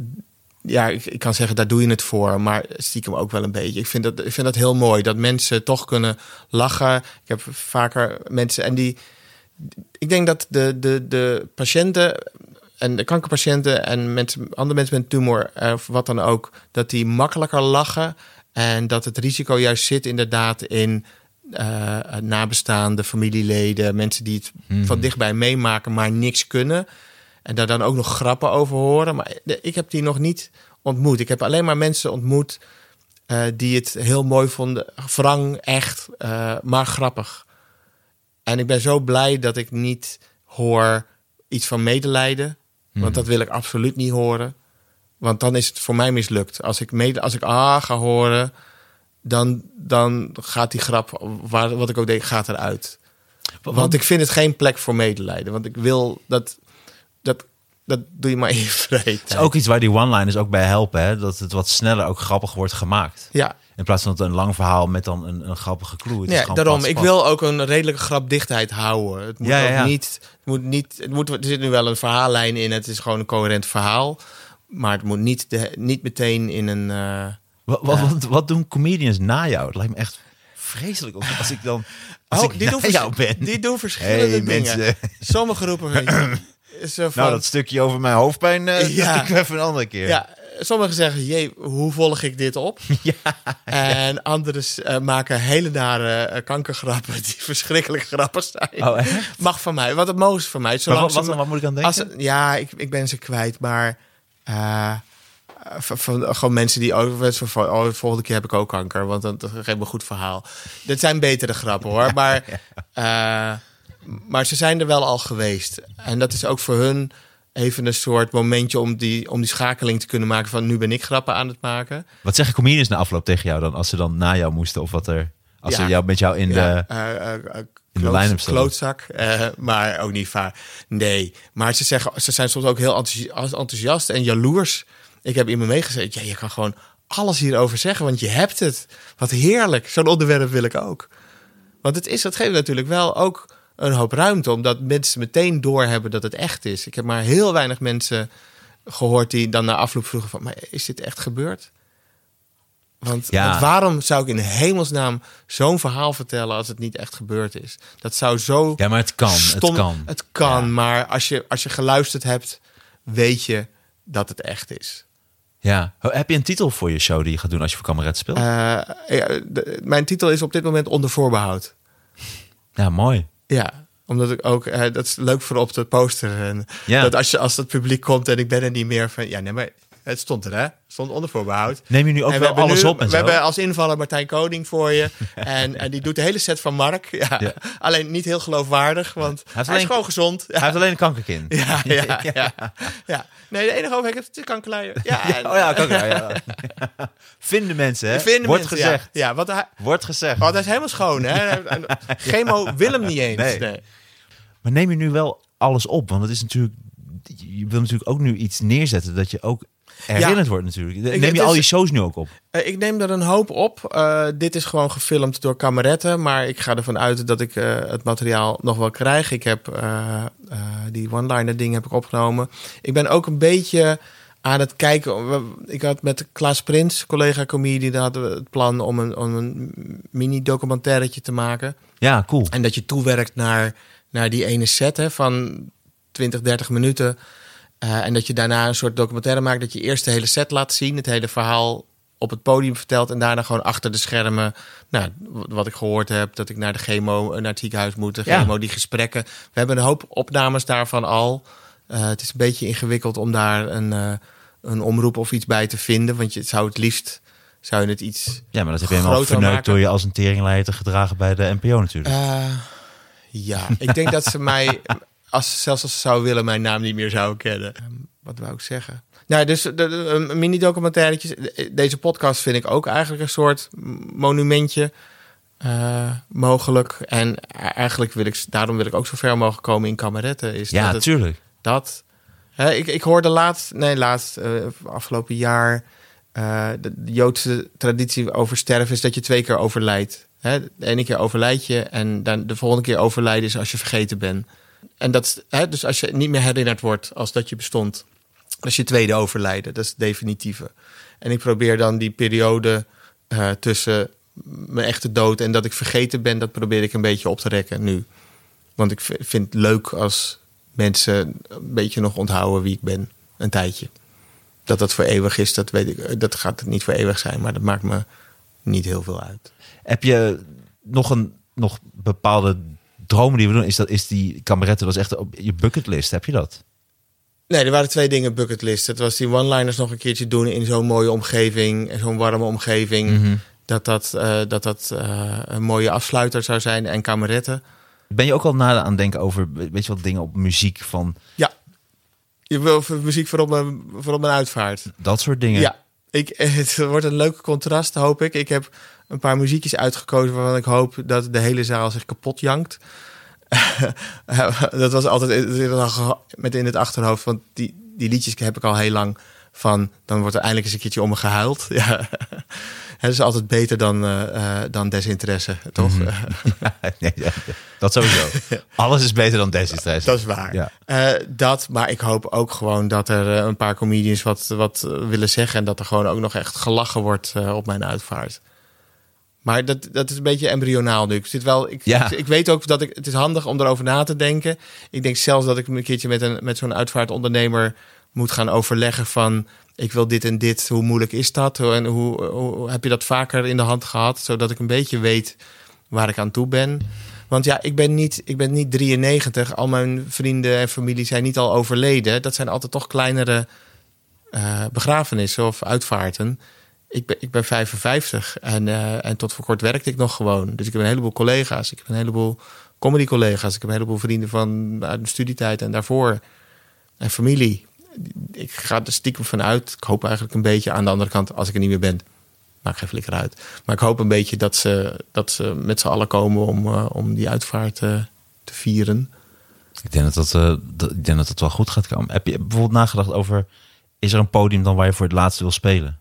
Ja, ik, ik kan zeggen, daar doe je het voor. Maar stiekem ook wel een beetje. Ik vind dat, ik vind dat heel mooi. Dat mensen toch kunnen lachen. Ik heb vaker mensen... En die... Ik denk dat de, de, de patiënten... En de kankerpatiënten en mensen, andere mensen met een tumor... Of wat dan ook... Dat die makkelijker lachen. En dat het risico juist zit inderdaad in... Uh, nabestaanden, familieleden... Mensen die het hmm. van dichtbij meemaken... maar niks kunnen... En daar dan ook nog grappen over horen. Maar ik heb die nog niet ontmoet. Ik heb alleen maar mensen ontmoet uh, die het heel mooi vonden. Wrang, echt, uh, maar grappig. En ik ben zo blij dat ik niet hoor iets van medelijden. Hmm. Want dat wil ik absoluut niet horen. Want dan is het voor mij mislukt. Als ik, mede, als ik ah ga horen, dan, dan gaat die grap, waar, wat ik ook deed, gaat eruit. Want ik vind het geen plek voor medelijden. Want ik wil dat... Dat, dat doe je maar in je vrije tijd.
Het is ook iets waar die one-liners ook bij helpen. Hè? Dat het wat sneller ook grappig wordt gemaakt.
Ja.
In plaats van dat een lang verhaal met dan een, een grappige clue. Het
ja,
is
daarom.
pas,
ik
pas.
wil ook een redelijke grapdichtheid houden. Het moet
ja, ja, ja.
ook niet... Het moet niet het moet, er zit nu wel een verhaallijn in. Het is gewoon een coherent verhaal. Maar het moet niet, de, niet meteen in een... Uh,
wat, wat, uh, wat, wat doen comedians na jou? Het lijkt me echt vreselijk. Als ik dan als
oh,
ik
die
na
doen
jou ben.
Die doen verschillende
hey,
dingen. Mensen. Sommige groepen... Zo van,
nou, dat stukje over mijn hoofdpijn, uh, ja. dat ik even een andere keer.
Ja, sommigen zeggen, jee, hoe volg ik dit op?
Ja,
en
ja.
anderen uh, maken hele nare uh, kankergrappen die verschrikkelijk grappig zijn.
Oh, echt?
Mag van mij, wat het mogen van mij.
Maar wat, wat, wat moet ik aan denken?
Als, ja, ik, ik ben ze kwijt, maar... Uh, van, van, gewoon mensen die ook... Van, oh, de volgende keer heb ik ook kanker, want dat, dat geeft me een goed verhaal. Dit zijn betere grappen, hoor. Maar... Uh, Maar ze zijn er wel al geweest. En dat is ook voor hun even een soort momentje om die, om die schakeling te kunnen maken van nu ben ik grappen aan het maken.
Wat zeggen comedians na afloop tegen jou dan als ze dan na jou moesten of wat er Als
ja.
ze jou, met jou in
Ja,
de,
uh, uh, uh,
in
kloot,
de line-up staan.
klootzak, uh, maar ook niet vaak. Nee, maar ze, zeggen, ze zijn soms ook heel enthousi- enthousiast en jaloers. Ik heb iemand meegezegd, ja, je kan gewoon alles hierover zeggen, want je hebt het. Wat heerlijk, zo'n onderwerp wil ik ook. Want het is, dat geeft natuurlijk wel ook een hoop ruimte, omdat mensen meteen doorhebben dat het echt is. Ik heb maar heel weinig mensen gehoord die dan na afloop vroegen van, maar is dit echt gebeurd? Want,
Ja.
want waarom zou ik in hemelsnaam zo'n verhaal vertellen als het niet echt gebeurd is? Dat zou zo...
Ja, maar het kan.
stom-
Het kan.
Het kan,
Ja.
maar als je, als je geluisterd hebt, weet je dat het echt is.
Ja. Heb je een titel voor je show die je gaat doen als je voor Kameret speelt?
Uh, ja, de- mijn titel is op dit moment Onder voorbehoud.
ja, mooi.
Ja, omdat ik ook... Uh, dat is leuk voor op de poster. En
Ja.
dat als, je, als het publiek komt en ik ben er niet meer van... Ja, nee, maar het stond er, hè? Het stond onder voorbehoud.
Neem je nu ook
En we
wel
hebben
alles
nu-
op en
We
zo?
hebben als invaller Martijn Koning voor je. en, en die doet de hele set van Mark. Ja.
Ja.
Alleen niet heel geloofwaardig, want hij,
heeft
is
alleen-
gewoon gezond. Ja.
Hij heeft alleen een kankerkin.
Ja, ja, ja, ja. Nee, de enige hoofd heeft het kankerleier. Ja, en-
Oh ja, kanker. Ja, ja. Vinden mensen, hè?
vinden
Wordt
mensen,
gezegd.
Ja, ja, want hij,
Wordt gezegd.
want hij is helemaal schoon. Hè? En chemo wil hem niet eens.
Nee.
Nee.
Maar neem je nu wel alles op? Want het is natuurlijk... Je wil natuurlijk ook nu iets neerzetten dat je ook herinnerd wordt natuurlijk. Neem
het
je
is-
al je shows nu ook op?
Uh, ik neem er een hoop op. Uh, dit is gewoon gefilmd door kameretten. Maar ik ga ervan uit dat ik uh, het materiaal nog wel krijg. Ik heb uh, uh, die one-liner ding heb ik opgenomen. Ik ben ook een beetje aan het kijken. Ik had met Klaas Prins, collega comedian, daar hadden we het plan om een, om een mini-documentairetje te maken.
Ja, cool.
En dat je toewerkt naar, naar die ene set hè, van twintig, dertig minuten. Uh, en dat je daarna een soort documentaire maakt. Dat je eerst de hele set laat zien. Het hele verhaal op het podium vertelt. En daarna gewoon achter de schermen. Nou, wat ik gehoord heb. Dat ik naar de chemo, naar het ziekenhuis moet. De
Ja.
chemo, die gesprekken. We hebben een hoop opnames daarvan al. Uh, het is een beetje ingewikkeld om daar een, uh, een omroep of iets bij te vinden. Want je zou het liefst... Zou je het iets
Ja, maar dat heb je helemaal
groter
verneukt
maken.
door je als een teringleider te gedragen bij de N P O natuurlijk.
Uh, ja, ik denk dat ze mij... Als, zelfs als ze zou willen, mijn naam niet meer zouden kennen. Um, wat wou ik zeggen? Nou, dus de, de, een mini-documentairetjes. Deze podcast vind ik ook eigenlijk een soort monumentje uh, mogelijk. En eigenlijk wil ik, daarom wil ik ook zo ver mogelijk komen in kameretten. Is
ja,
dat het,
tuurlijk.
Dat, hè, ik, ik hoorde laatst, nee, laatst, uh, afgelopen jaar... Uh, de, de Joodse traditie over sterven is dat je twee keer overlijdt. Hè? De ene keer overlijd je en dan de volgende keer overlijden is als je vergeten bent. En dat, hè, dus als je niet meer herinnerd wordt als dat je bestond, dat is je tweede overlijden. Dat is het definitieve. En ik probeer dan die periode uh, tussen mijn echte dood en dat ik vergeten ben, dat probeer ik een beetje op te rekken nu. Want ik v- vind het leuk als mensen een beetje nog onthouden wie ik ben, een tijdje. Dat dat voor eeuwig is, dat weet ik. Dat gaat niet voor eeuwig zijn, maar dat maakt me niet heel veel uit.
Heb je nog een nog bepaalde dromen die we doen? Is dat is die kameretten? Dat is echt op je bucketlist. Heb je dat?
Nee, er waren twee dingen bucketlist. Het was die one-liners nog een keertje doen in zo'n mooie omgeving, en zo'n warme omgeving.
Mm-hmm.
Dat dat, uh, dat, dat uh, een mooie afsluiter zou zijn en kameretten.
Ben je ook al na aan het denken over, weet je wat, dingen op muziek van
Ja. Je wil muziek voor op mijn, voor op mijn uitvaart.
dat soort dingen?
Ja, ik, het wordt een leuk contrast, hoop ik. Ik heb een paar muziekjes uitgekozen waarvan ik hoop dat de hele zaal zich kapot jankt. Dat was altijd met in het achterhoofd, want die, die liedjes heb ik al heel lang van, dan wordt er eindelijk eens een keertje om me gehuild. Ja. Het is altijd beter dan, uh, uh, dan desinteresse, toch?
Mm-hmm. nee, ja, dat sowieso. Alles is beter dan desinteresse.
Dat is waar.
Ja.
Uh, dat, maar ik hoop ook gewoon dat er uh, een paar comedians wat, wat uh, willen zeggen en dat er gewoon ook nog echt gelachen wordt uh, op mijn uitvaart. Maar dat, dat is een beetje embryonaal nu. Ik, zit wel, ik,
Ja.
ik, ik weet ook dat ik, het is handig om erover na te denken. Ik denk zelfs dat ik een keertje met, een, met zo'n uitvaartondernemer moet gaan overleggen van, ik wil dit en dit, hoe moeilijk is dat? En hoe, hoe heb je dat vaker in de hand gehad? Zodat ik een beetje weet waar ik aan toe ben. Want ja, ik ben niet, ik ben niet drieënnegentig. Al mijn vrienden en familie zijn niet al overleden. Dat zijn altijd toch kleinere uh, begrafenissen of uitvaarten. Ik ben, ik ben vijfenvijftig en, uh, en tot voor kort werkte ik nog gewoon. Dus ik heb een heleboel collega's. Ik heb een heleboel comedy-collega's. Ik heb een heleboel vrienden van uit de studietijd en daarvoor. En familie. Ik ga er stiekem vanuit. Ik hoop eigenlijk een beetje aan de andere kant, als ik er niet meer ben, maakt geen flikker uit. Maar ik hoop een beetje dat ze, dat ze met z'n allen komen om, uh, om die uitvaart uh, te vieren.
Ik denk dat dat, uh, dat, ik denk dat dat wel goed gaat komen. Heb je bijvoorbeeld nagedacht over... Is er een podium dan waar je voor het laatst wil spelen?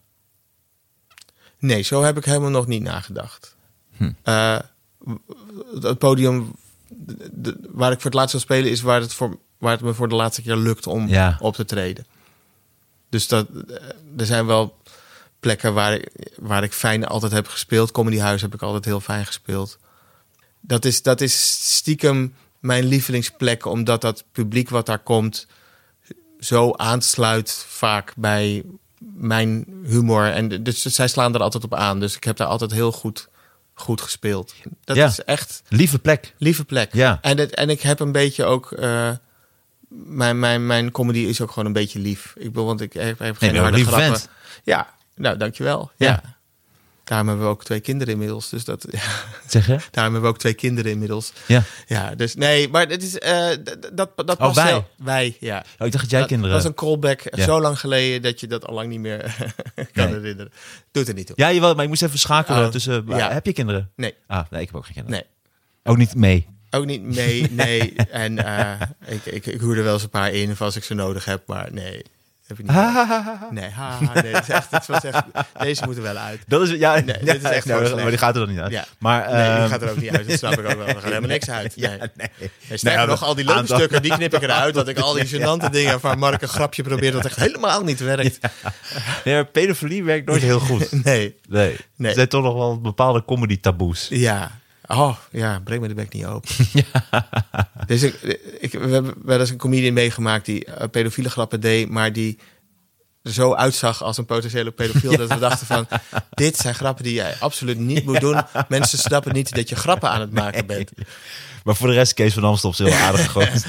Nee, zo heb ik helemaal nog niet nagedacht.
Hm.
Uh, het podium de, de, waar ik voor het laatst wil spelen... is waar het, voor, waar het me voor de laatste keer lukt om ja. op te treden. Dus dat, er zijn wel plekken waar ik, waar ik fijn altijd heb gespeeld. Comedyhuis heb ik altijd heel fijn gespeeld. Dat is, dat is stiekem mijn lievelingsplek... omdat dat publiek wat daar komt... zo aansluit vaak bij mijn humor. En dus zij slaan er altijd op aan. Dus ik heb daar altijd heel goed, goed gespeeld. Dat
ja.
is echt...
Lieve plek.
Lieve plek.
Ja.
En, het, en ik heb een beetje ook... Uh, mijn, mijn, mijn comedy is ook gewoon een beetje lief. Ik bedoel, want ik heb, heb geen
nee,
harde
lief
grappen.
Vent.
Ja, nou, dankjewel. Ja. ja. Daarom hebben we ook twee kinderen inmiddels. Dus dat, ja.
Zeg je?
Daarom hebben we ook twee kinderen inmiddels.
Ja.
Ja, dus nee, maar het is uh, dat dat dat
oh, wij.
Heel, wij, ja.
Oh, ik dacht dat jij
dat,
kinderen.
Dat was een callback
ja.
zo lang geleden dat je dat al lang niet meer kan nee. herinneren. Doet er niet toe.
Ja, jawel, maar ik moest even schakelen
oh,
tussen.
Ja.
Heb je kinderen?
Nee.
Ah, nee, ik heb ook geen kinderen.
Nee.
Ook niet mee.
Ook niet mee, nee. En uh, ik, ik, ik hoer er wel eens een paar in of als ik ze nodig heb, maar nee. Heb ik niet nee, ha, nee, het is echt, het was echt, deze moeten wel uit.
Dat is, ja,
nee, dit is echt
nou, maar die gaat er dan niet uit.
Ja.
Maar,
nee,
uh,
die gaat er ook niet uit. Dat snap ik ook wel. Er gaat helemaal niks uit. Nee.
Ja, nee.
Nee, sterker nee, nog, al die leuke aantal... stukken, die knip ik eruit. Dat ik al die gênante dingen van Mark een grapje probeer, dat echt helemaal niet werkt.
Ja. Nee, maar pedofilie werkt nooit heel goed.
Nee.
Nee. nee. Er zijn toch nog wel bepaalde comedy taboes.
Ja. Oh, ja, breng me de bek niet open. Ja. Dus ik, ik, we hebben wel eens een comedian meegemaakt die uh, pedofiele grappen deed, maar die er zo uitzag als een potentiële pedofiel, ja. dat we dachten van, dit zijn grappen die jij absoluut niet moet doen. Mensen snappen niet dat je grappen aan het maken bent.
Nee. Maar voor de rest, Kees van Amstel is heel aardig gegooid.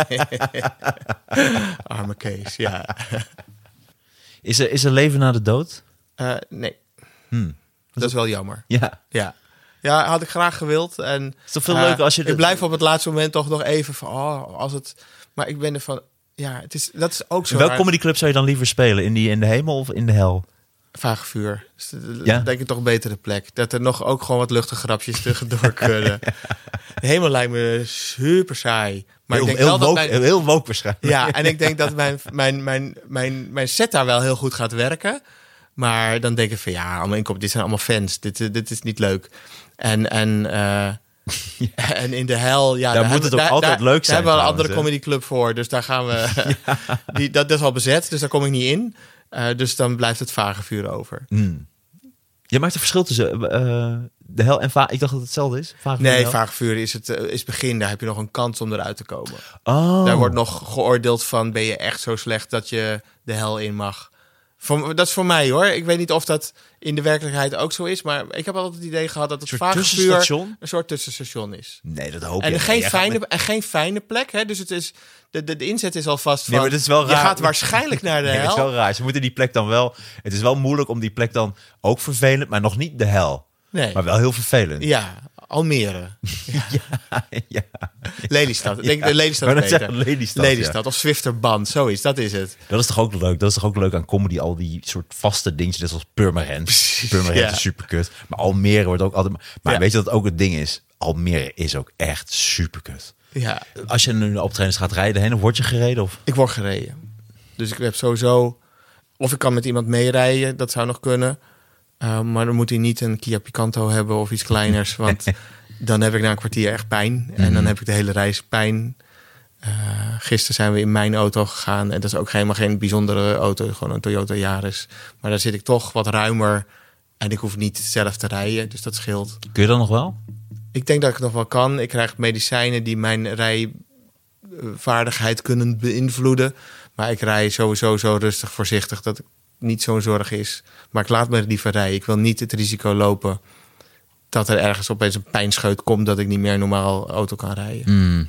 Arme Kees, ja.
Is er, is er leven na de dood?
Uh, nee.
Hmm.
Dat is wel jammer.
Ja.
Ja. Ja, had ik graag gewild. En,
het is toch veel uh, leuker als je...
Ik de... blijf op het laatste moment toch nog even van, oh, als het... Maar ik ben er van, ja, het is, dat is ook zo.
Welke comedyclub zou je dan liever spelen? In, die, in de hemel of in de hel?
Vage vuur. Dus
ja?
denk ik toch een betere plek. Dat er nog ook gewoon wat luchtige grapjes tussendoor kunnen. De hemel lijkt me super saai. Maar
heel,
ik denk
heel,
wel
woke,
dat mijn...
heel woke waarschijnlijk.
Ja, en ik denk dat mijn, mijn, mijn, mijn, mijn set daar wel heel goed gaat werken. Maar dan denk ik van, ja, allemaal inkom, dit zijn allemaal fans. Dit, dit is niet leuk. En, en, uh, ja. en in de hel... Ja,
daar, daar moet het ook daar, altijd
daar,
leuk zijn.
Daar hebben we een andere
hè?
comedyclub voor. Dus daar gaan we... ja. die, dat, dat is al bezet, dus daar kom ik niet in. Uh, dus dan blijft het vage vuur over.
Mm. Je maakt een verschil tussen uh, de hel en vage... Ik dacht dat het hetzelfde is. Vage
nee, vage vuur is het uh, is begin. Daar heb je nog een kans om eruit te komen.
Oh.
Daar wordt nog geoordeeld van... ben je echt zo slecht dat je de hel in mag... Voor, dat is voor mij hoor. Ik weet niet of dat in de werkelijkheid ook zo is. Maar ik heb altijd het idee gehad dat het vage vuur een soort tussenstation is.
Nee, dat hoop
en
je.
Geen
nee,
fijne,
met...
En geen fijne plek. Hè? Dus het is, de, de, de inzet is alvast van...
Nee, maar het is wel raar.
Je gaat waarschijnlijk naar de
nee,
hel.
Het is wel raar. Ze moeten die plek dan wel... Het is wel moeilijk om die plek dan ook vervelend... maar nog niet de hel.
Nee.
Maar wel heel vervelend.
Ja, Almere. Ja.
ja, ja.
Lelystad. Ik denk de Lelystad
maar
beter.
Zeggen, Lelystad,
Lelystad ja. Of Zwifterband, zoiets. Dat is het.
Dat is toch ook leuk? Dat is toch ook leuk aan comedy? Al die soort vaste dingetjes, net zoals Purmerend. Purmerend ja. is superkut. Maar Almere wordt ook altijd... Maar ja. weet je dat het ook het ding is? Almere is ook echt superkut.
Ja.
Als je nu op trainers gaat rijden heen, of word je gereden? Of?
Ik word gereden. Dus ik heb sowieso... Of ik kan met iemand meerijden, dat zou nog kunnen. Uh, maar dan moet hij niet een Kia Picanto hebben of iets kleiners. Want dan heb ik na een kwartier echt pijn. Mm-hmm. En dan heb ik de hele reis pijn. Uh, gisteren zijn we in mijn auto gegaan. En dat is ook helemaal geen bijzondere auto. Gewoon een Toyota Yaris. Maar daar zit ik toch wat ruimer. En ik hoef niet zelf te rijden. Dus dat scheelt.
Kun je dat nog wel?
Ik denk dat ik het nog wel kan. Ik krijg medicijnen die mijn rijvaardigheid kunnen beïnvloeden. Maar ik rij sowieso zo rustig voorzichtig dat het niet zo'n zorg is. Maar ik laat me liever rijden. Ik wil niet het risico lopen dat er ergens opeens een pijnscheut komt dat ik niet meer normaal auto kan rijden.
Mm.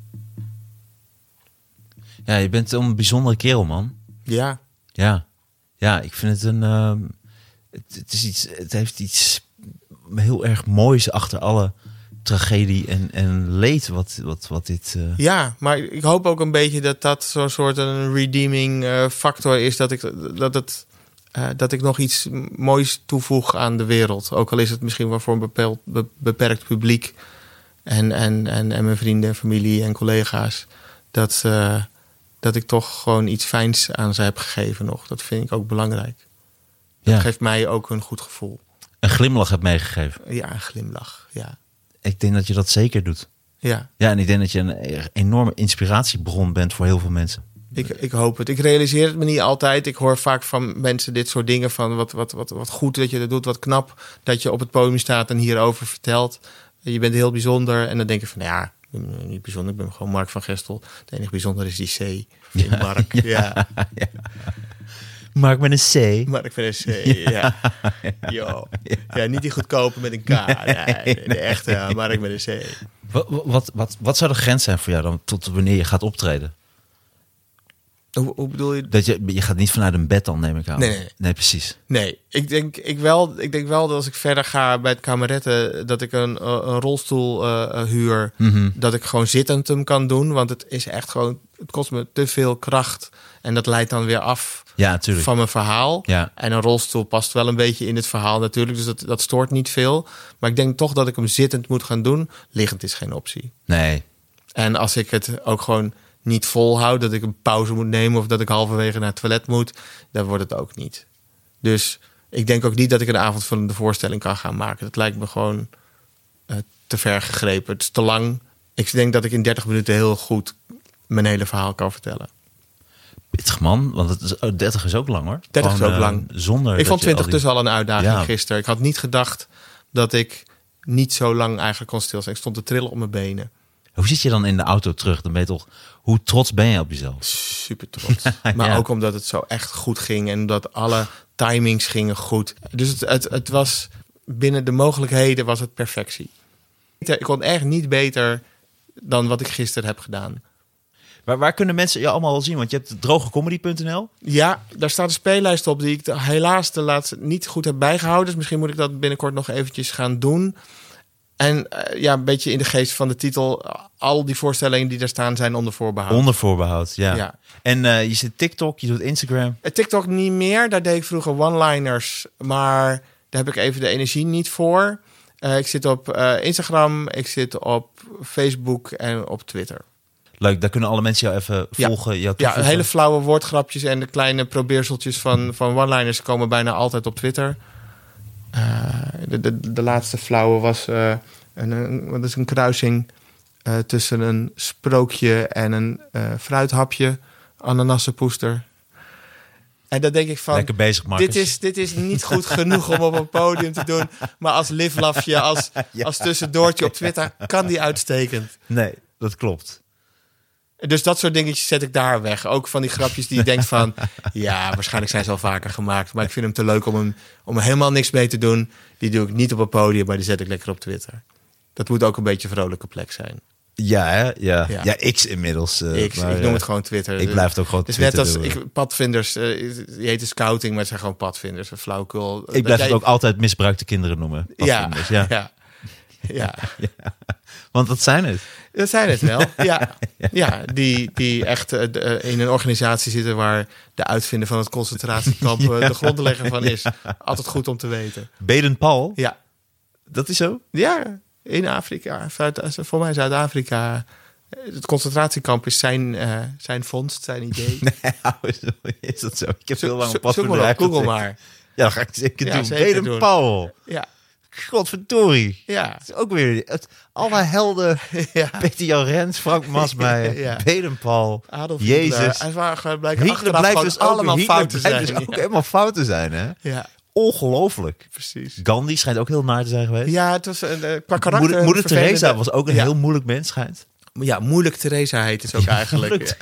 Ja, je bent een bijzondere kerel, man.
Ja.
Ja. Ja, ik vind het een... Uh, het, het, is iets, het heeft iets heel erg moois achter alle tragedie en, en leed wat, wat, wat dit... Uh...
Ja, maar ik hoop ook een beetje dat dat zo'n soort een redeeming uh, factor is. Dat, ik, dat het uh, dat ik nog iets moois toevoeg aan de wereld. Ook al is het misschien wel voor een beperkt, be, beperkt publiek. En, en, en, en mijn vrienden, familie en collega's. Dat, uh, dat ik toch gewoon iets fijns aan ze heb gegeven nog. Dat vind ik ook belangrijk. Dat
Ja.
geeft mij ook een goed gevoel.
Een glimlach hebt meegegeven.
Ja, een glimlach. Ja.
Ik denk dat je dat zeker doet.
Ja.
Ja, en ik denk dat je een enorme inspiratiebron bent voor heel veel mensen.
Ik, ik hoop het. Ik realiseer het me niet altijd. Ik hoor vaak van mensen dit soort dingen van wat, wat, wat, wat goed dat je dat doet, wat knap dat je op het podium staat en hierover vertelt. Je bent heel bijzonder. En dan denk ik van, nou ja, ik ben niet bijzonder. Ik ben gewoon Mark van Gestel. Het enige bijzonder is die C. Ja, Mark. Ja.
Ja. Ja. Mark met een C.
Mark met een C. Ja. Ja. Yo. Ja, niet die goedkope met een K. Nee, de echte ja, Mark met een C.
Wat, wat, wat, wat zou de grens zijn voor jou dan tot wanneer je gaat optreden?
Hoe, hoe bedoel je?
Dat je, je gaat niet vanuit een bed dan, neem ik aan.
Nee, nee, nee.
nee precies.
Nee, ik denk, ik, wel, ik denk wel dat als ik verder ga bij het kameretten, dat ik een, een rolstoel uh, huur,
Mm-hmm.
dat ik gewoon zittend hem kan doen. Want het is echt gewoon, het kost me te veel kracht. En dat leidt dan weer af
Ja, natuurlijk.
van mijn verhaal.
Ja.
En een rolstoel past wel een beetje in het verhaal natuurlijk. Dus dat, dat stoort niet veel. Maar ik denk toch dat ik hem zittend moet gaan doen. Liggend is geen optie.
Nee.
En als ik het ook gewoon niet volhoud, dat ik een pauze moet nemen of dat ik halverwege naar het toilet moet, dan wordt het ook niet. Dus ik denk ook niet dat ik een avondvullende voorstelling kan gaan maken. Dat lijkt me gewoon uh, te ver gegrepen. Het is te lang. Ik denk dat ik in dertig minuten heel goed mijn hele verhaal kan vertellen.
Pittig man, want het is, oh, dertig is ook lang hoor.
dertig is
Gewoon,
ook
uh,
lang.
Zonder
Ik vond
dat je
twintig
al die-
dus al een uitdaging
Ja.
gisteren. Ik had niet gedacht dat ik niet zo lang eigenlijk kon stilstaan. Ik stond te trillen op mijn benen.
Hoe zit je dan in de auto terug? Dan ben je toch, hoe trots ben je op jezelf?
Super trots. Maar
Ja.
ook omdat het zo echt goed ging. En omdat alle timings gingen goed. Dus het, het, het was binnen de mogelijkheden was het perfectie. Ik kon echt niet beter dan wat ik gisteren heb gedaan.
Waar, waar kunnen mensen je allemaal wel zien? Want je hebt drogecomedy punt n l.
Ja, daar staat een speellijst op die ik de- helaas de laatste niet goed heb bijgehouden. Dus misschien moet ik dat binnenkort nog eventjes gaan doen. En uh, ja, een beetje in de geest van de titel. Al die voorstellingen die daar staan zijn onder voorbehoud.
Onder voorbehoud, ja.
Ja.
En uh, je zit TikTok, je doet Instagram.
Uh, TikTok niet meer. Daar deed ik vroeger one-liners. Maar daar heb ik even de energie niet voor. Uh, ik zit op uh, Instagram, ik zit op Facebook en op Twitter.
Leuk, daar kunnen alle mensen jou even
Ja.
volgen. Jou
Ja,
toevoegen.
hele flauwe woordgrapjes en de kleine probeerseltjes van, van one-liners komen bijna altijd op Twitter. Uh, de, de, de laatste flauwe was uh, een, een, wat is een kruising uh, tussen een sprookje en een uh, fruithapje, ananassenpoester. En dan denk ik van,
Lekker bezig, Marcus.
dit is, dit is niet goed genoeg om op een podium te doen. Maar als livlafje, als,
Ja.
als tussendoortje op Twitter, kan die uitstekend.
Nee, dat klopt.
Dus dat soort dingetjes zet ik daar weg. Ook van die grapjes die je denkt van, ja, waarschijnlijk zijn ze al vaker gemaakt. Maar ik vind hem te leuk om, hem, om er helemaal niks mee te doen. Die doe ik niet op een podium, maar die zet ik lekker op Twitter. Dat moet ook een beetje een vrolijke plek zijn.
Ja, hè? Ja.
Ja.
Ja. X inmiddels. uh,
ik,
maar,
ik noem
uh,
het gewoon Twitter.
Ik blijf het ook gewoon
Het is
Twitter
net als
doen.
ik, padvinders, uh, die heten scouting, maar het zijn gewoon padvinders. Een flauwekul.
Ik
Dat
blijf
jij-
het ook altijd misbruikte kinderen noemen.
Ja,
Padvinders, ja.
ja. Ja.
Want dat zijn het.
Dat zijn het wel. Ja, ja die, die echt uh, de, uh, in een organisatie zitten waar de uitvinder van het concentratiekamp uh, de grondlegger van is. Altijd goed om te weten.
Baden-Powell,
Ja,
dat is zo?
ja in Afrika, Zuid, voor mij Zuid-Afrika. Het concentratiekamp is zijn, uh, zijn vondst, zijn idee.
Is dat zo? Ik heb
Zo-
heel lang
zo-
een
zoek maar op,
padvinders
Google
gezeten.
maar.
Ja, dat ga ik zeker
Ja,
doen.
zeker doen.
Baden-Powell.
Ja,
Godverdorie.
ja.
Het is ook weer het, alle helden.
ja.
Peter Jan Rens, Frank Masmeijer,
Ja.
Baden-Powell.
Adolf
Jezus.
Hitler. Hij waren blijken
Hitler
achteraf
blijft
gewoon
dus ook,
allemaal
Hitler
fouten
blijft
zijn.
dus ook
ja.
helemaal fouten zijn, hè?
Ja,
Ongelooflijk.
precies.
Gandhi schijnt ook heel naar te zijn geweest.
Ja, het was een, uh, qua karakter...
Moeder,
een
Moeder
vervelende-
Teresa was ook een
Ja.
heel moeilijk mens, schijnt.
Ja, moeilijk Teresa heet het ook eigenlijk.
Moeilijk-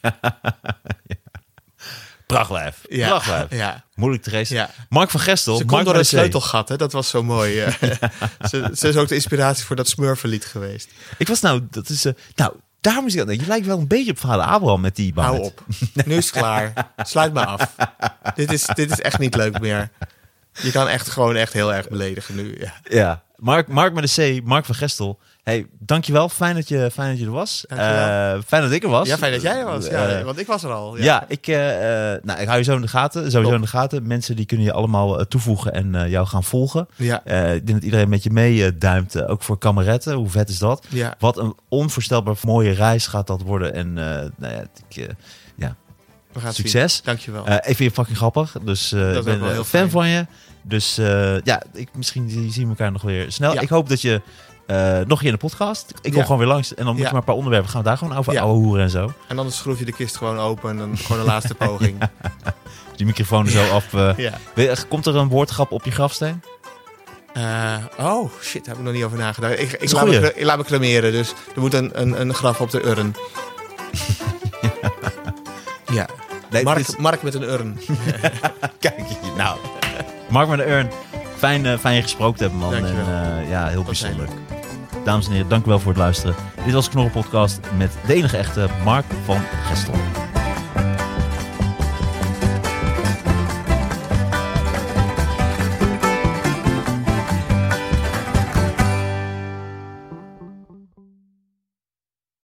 Prachtlijf.
Ja,
Prachtlijf.
ja,
Moeilijk Teresa.
ja.
Mark van Gestel.
Ze
Mark
komt door
met
het
een C.
sleutelgat, hè? Dat was zo mooi. eh. ze, ze is ook de inspiratie voor dat Smurfenlied geweest.
Ik was nou, dat is, uh, nou, daar moest ik aan denken. Je lijkt wel een beetje op vader Abraham met die baard.
Hou op. Nu is het klaar. Sluit maar af. Dit is, dit is echt niet leuk meer. Je kan echt gewoon echt heel erg beledigen nu. Ja.
Ja, Mark, Mark met een C, Mark van Gestel. Hey, dankjewel. Fijn dat je, fijn dat je er was. Uh, fijn dat ik er was.
Ja, fijn dat jij er was. Ja,
uh,
want ik was er al. Ja,
ja ik, uh, nou, ik hou je zo in de gaten. Sowieso Top. in de gaten. Mensen die kunnen je allemaal uh, toevoegen en uh, jou gaan volgen. Ja. Uh, ik denk dat iedereen met je meeduimt. Uh, ook voor kameretten. Hoe vet is dat? Ja. Wat een onvoorstelbaar mooie reis gaat dat worden. En uh, nou ja, ik... Uh, ja.
We gaan
Succes.
Zien. Dankjewel.
Uh, ik vind je fucking grappig. Dus uh, ik ben een fan fijn. van je. Dus uh, ja, ik, misschien zien we elkaar nog weer snel. Ja. Ik hoop dat je uh, nog hier in de podcast. Ik kom ja. gewoon weer langs. En dan moet je ja. maar een paar onderwerpen. Gaan we daar gewoon over ja. ouwe hoeren en zo.
En dan schroef je de kist gewoon open. En dan gewoon de laatste poging.
ja. Die microfoon er zo af. Uh, ja. Komt er een woordgrap op je grafsteen?
Uh, oh, shit. Daar heb ik nog niet over nagedacht. Ik, ik, laat, me, ik laat me cremeren. Dus er moet een, een, een graf op de urn. ja. ja. Nee, Mark, is... Mark met een urn.
Kijk hier, nou. Mark met een urn. Fijn, uh, fijn je gesproken te hebben, man. En, uh, ja, heel bijzonder. Dames en heren, dank u wel voor het luisteren. Dit was Knorren Podcast met de enige echte Mark van Gestel.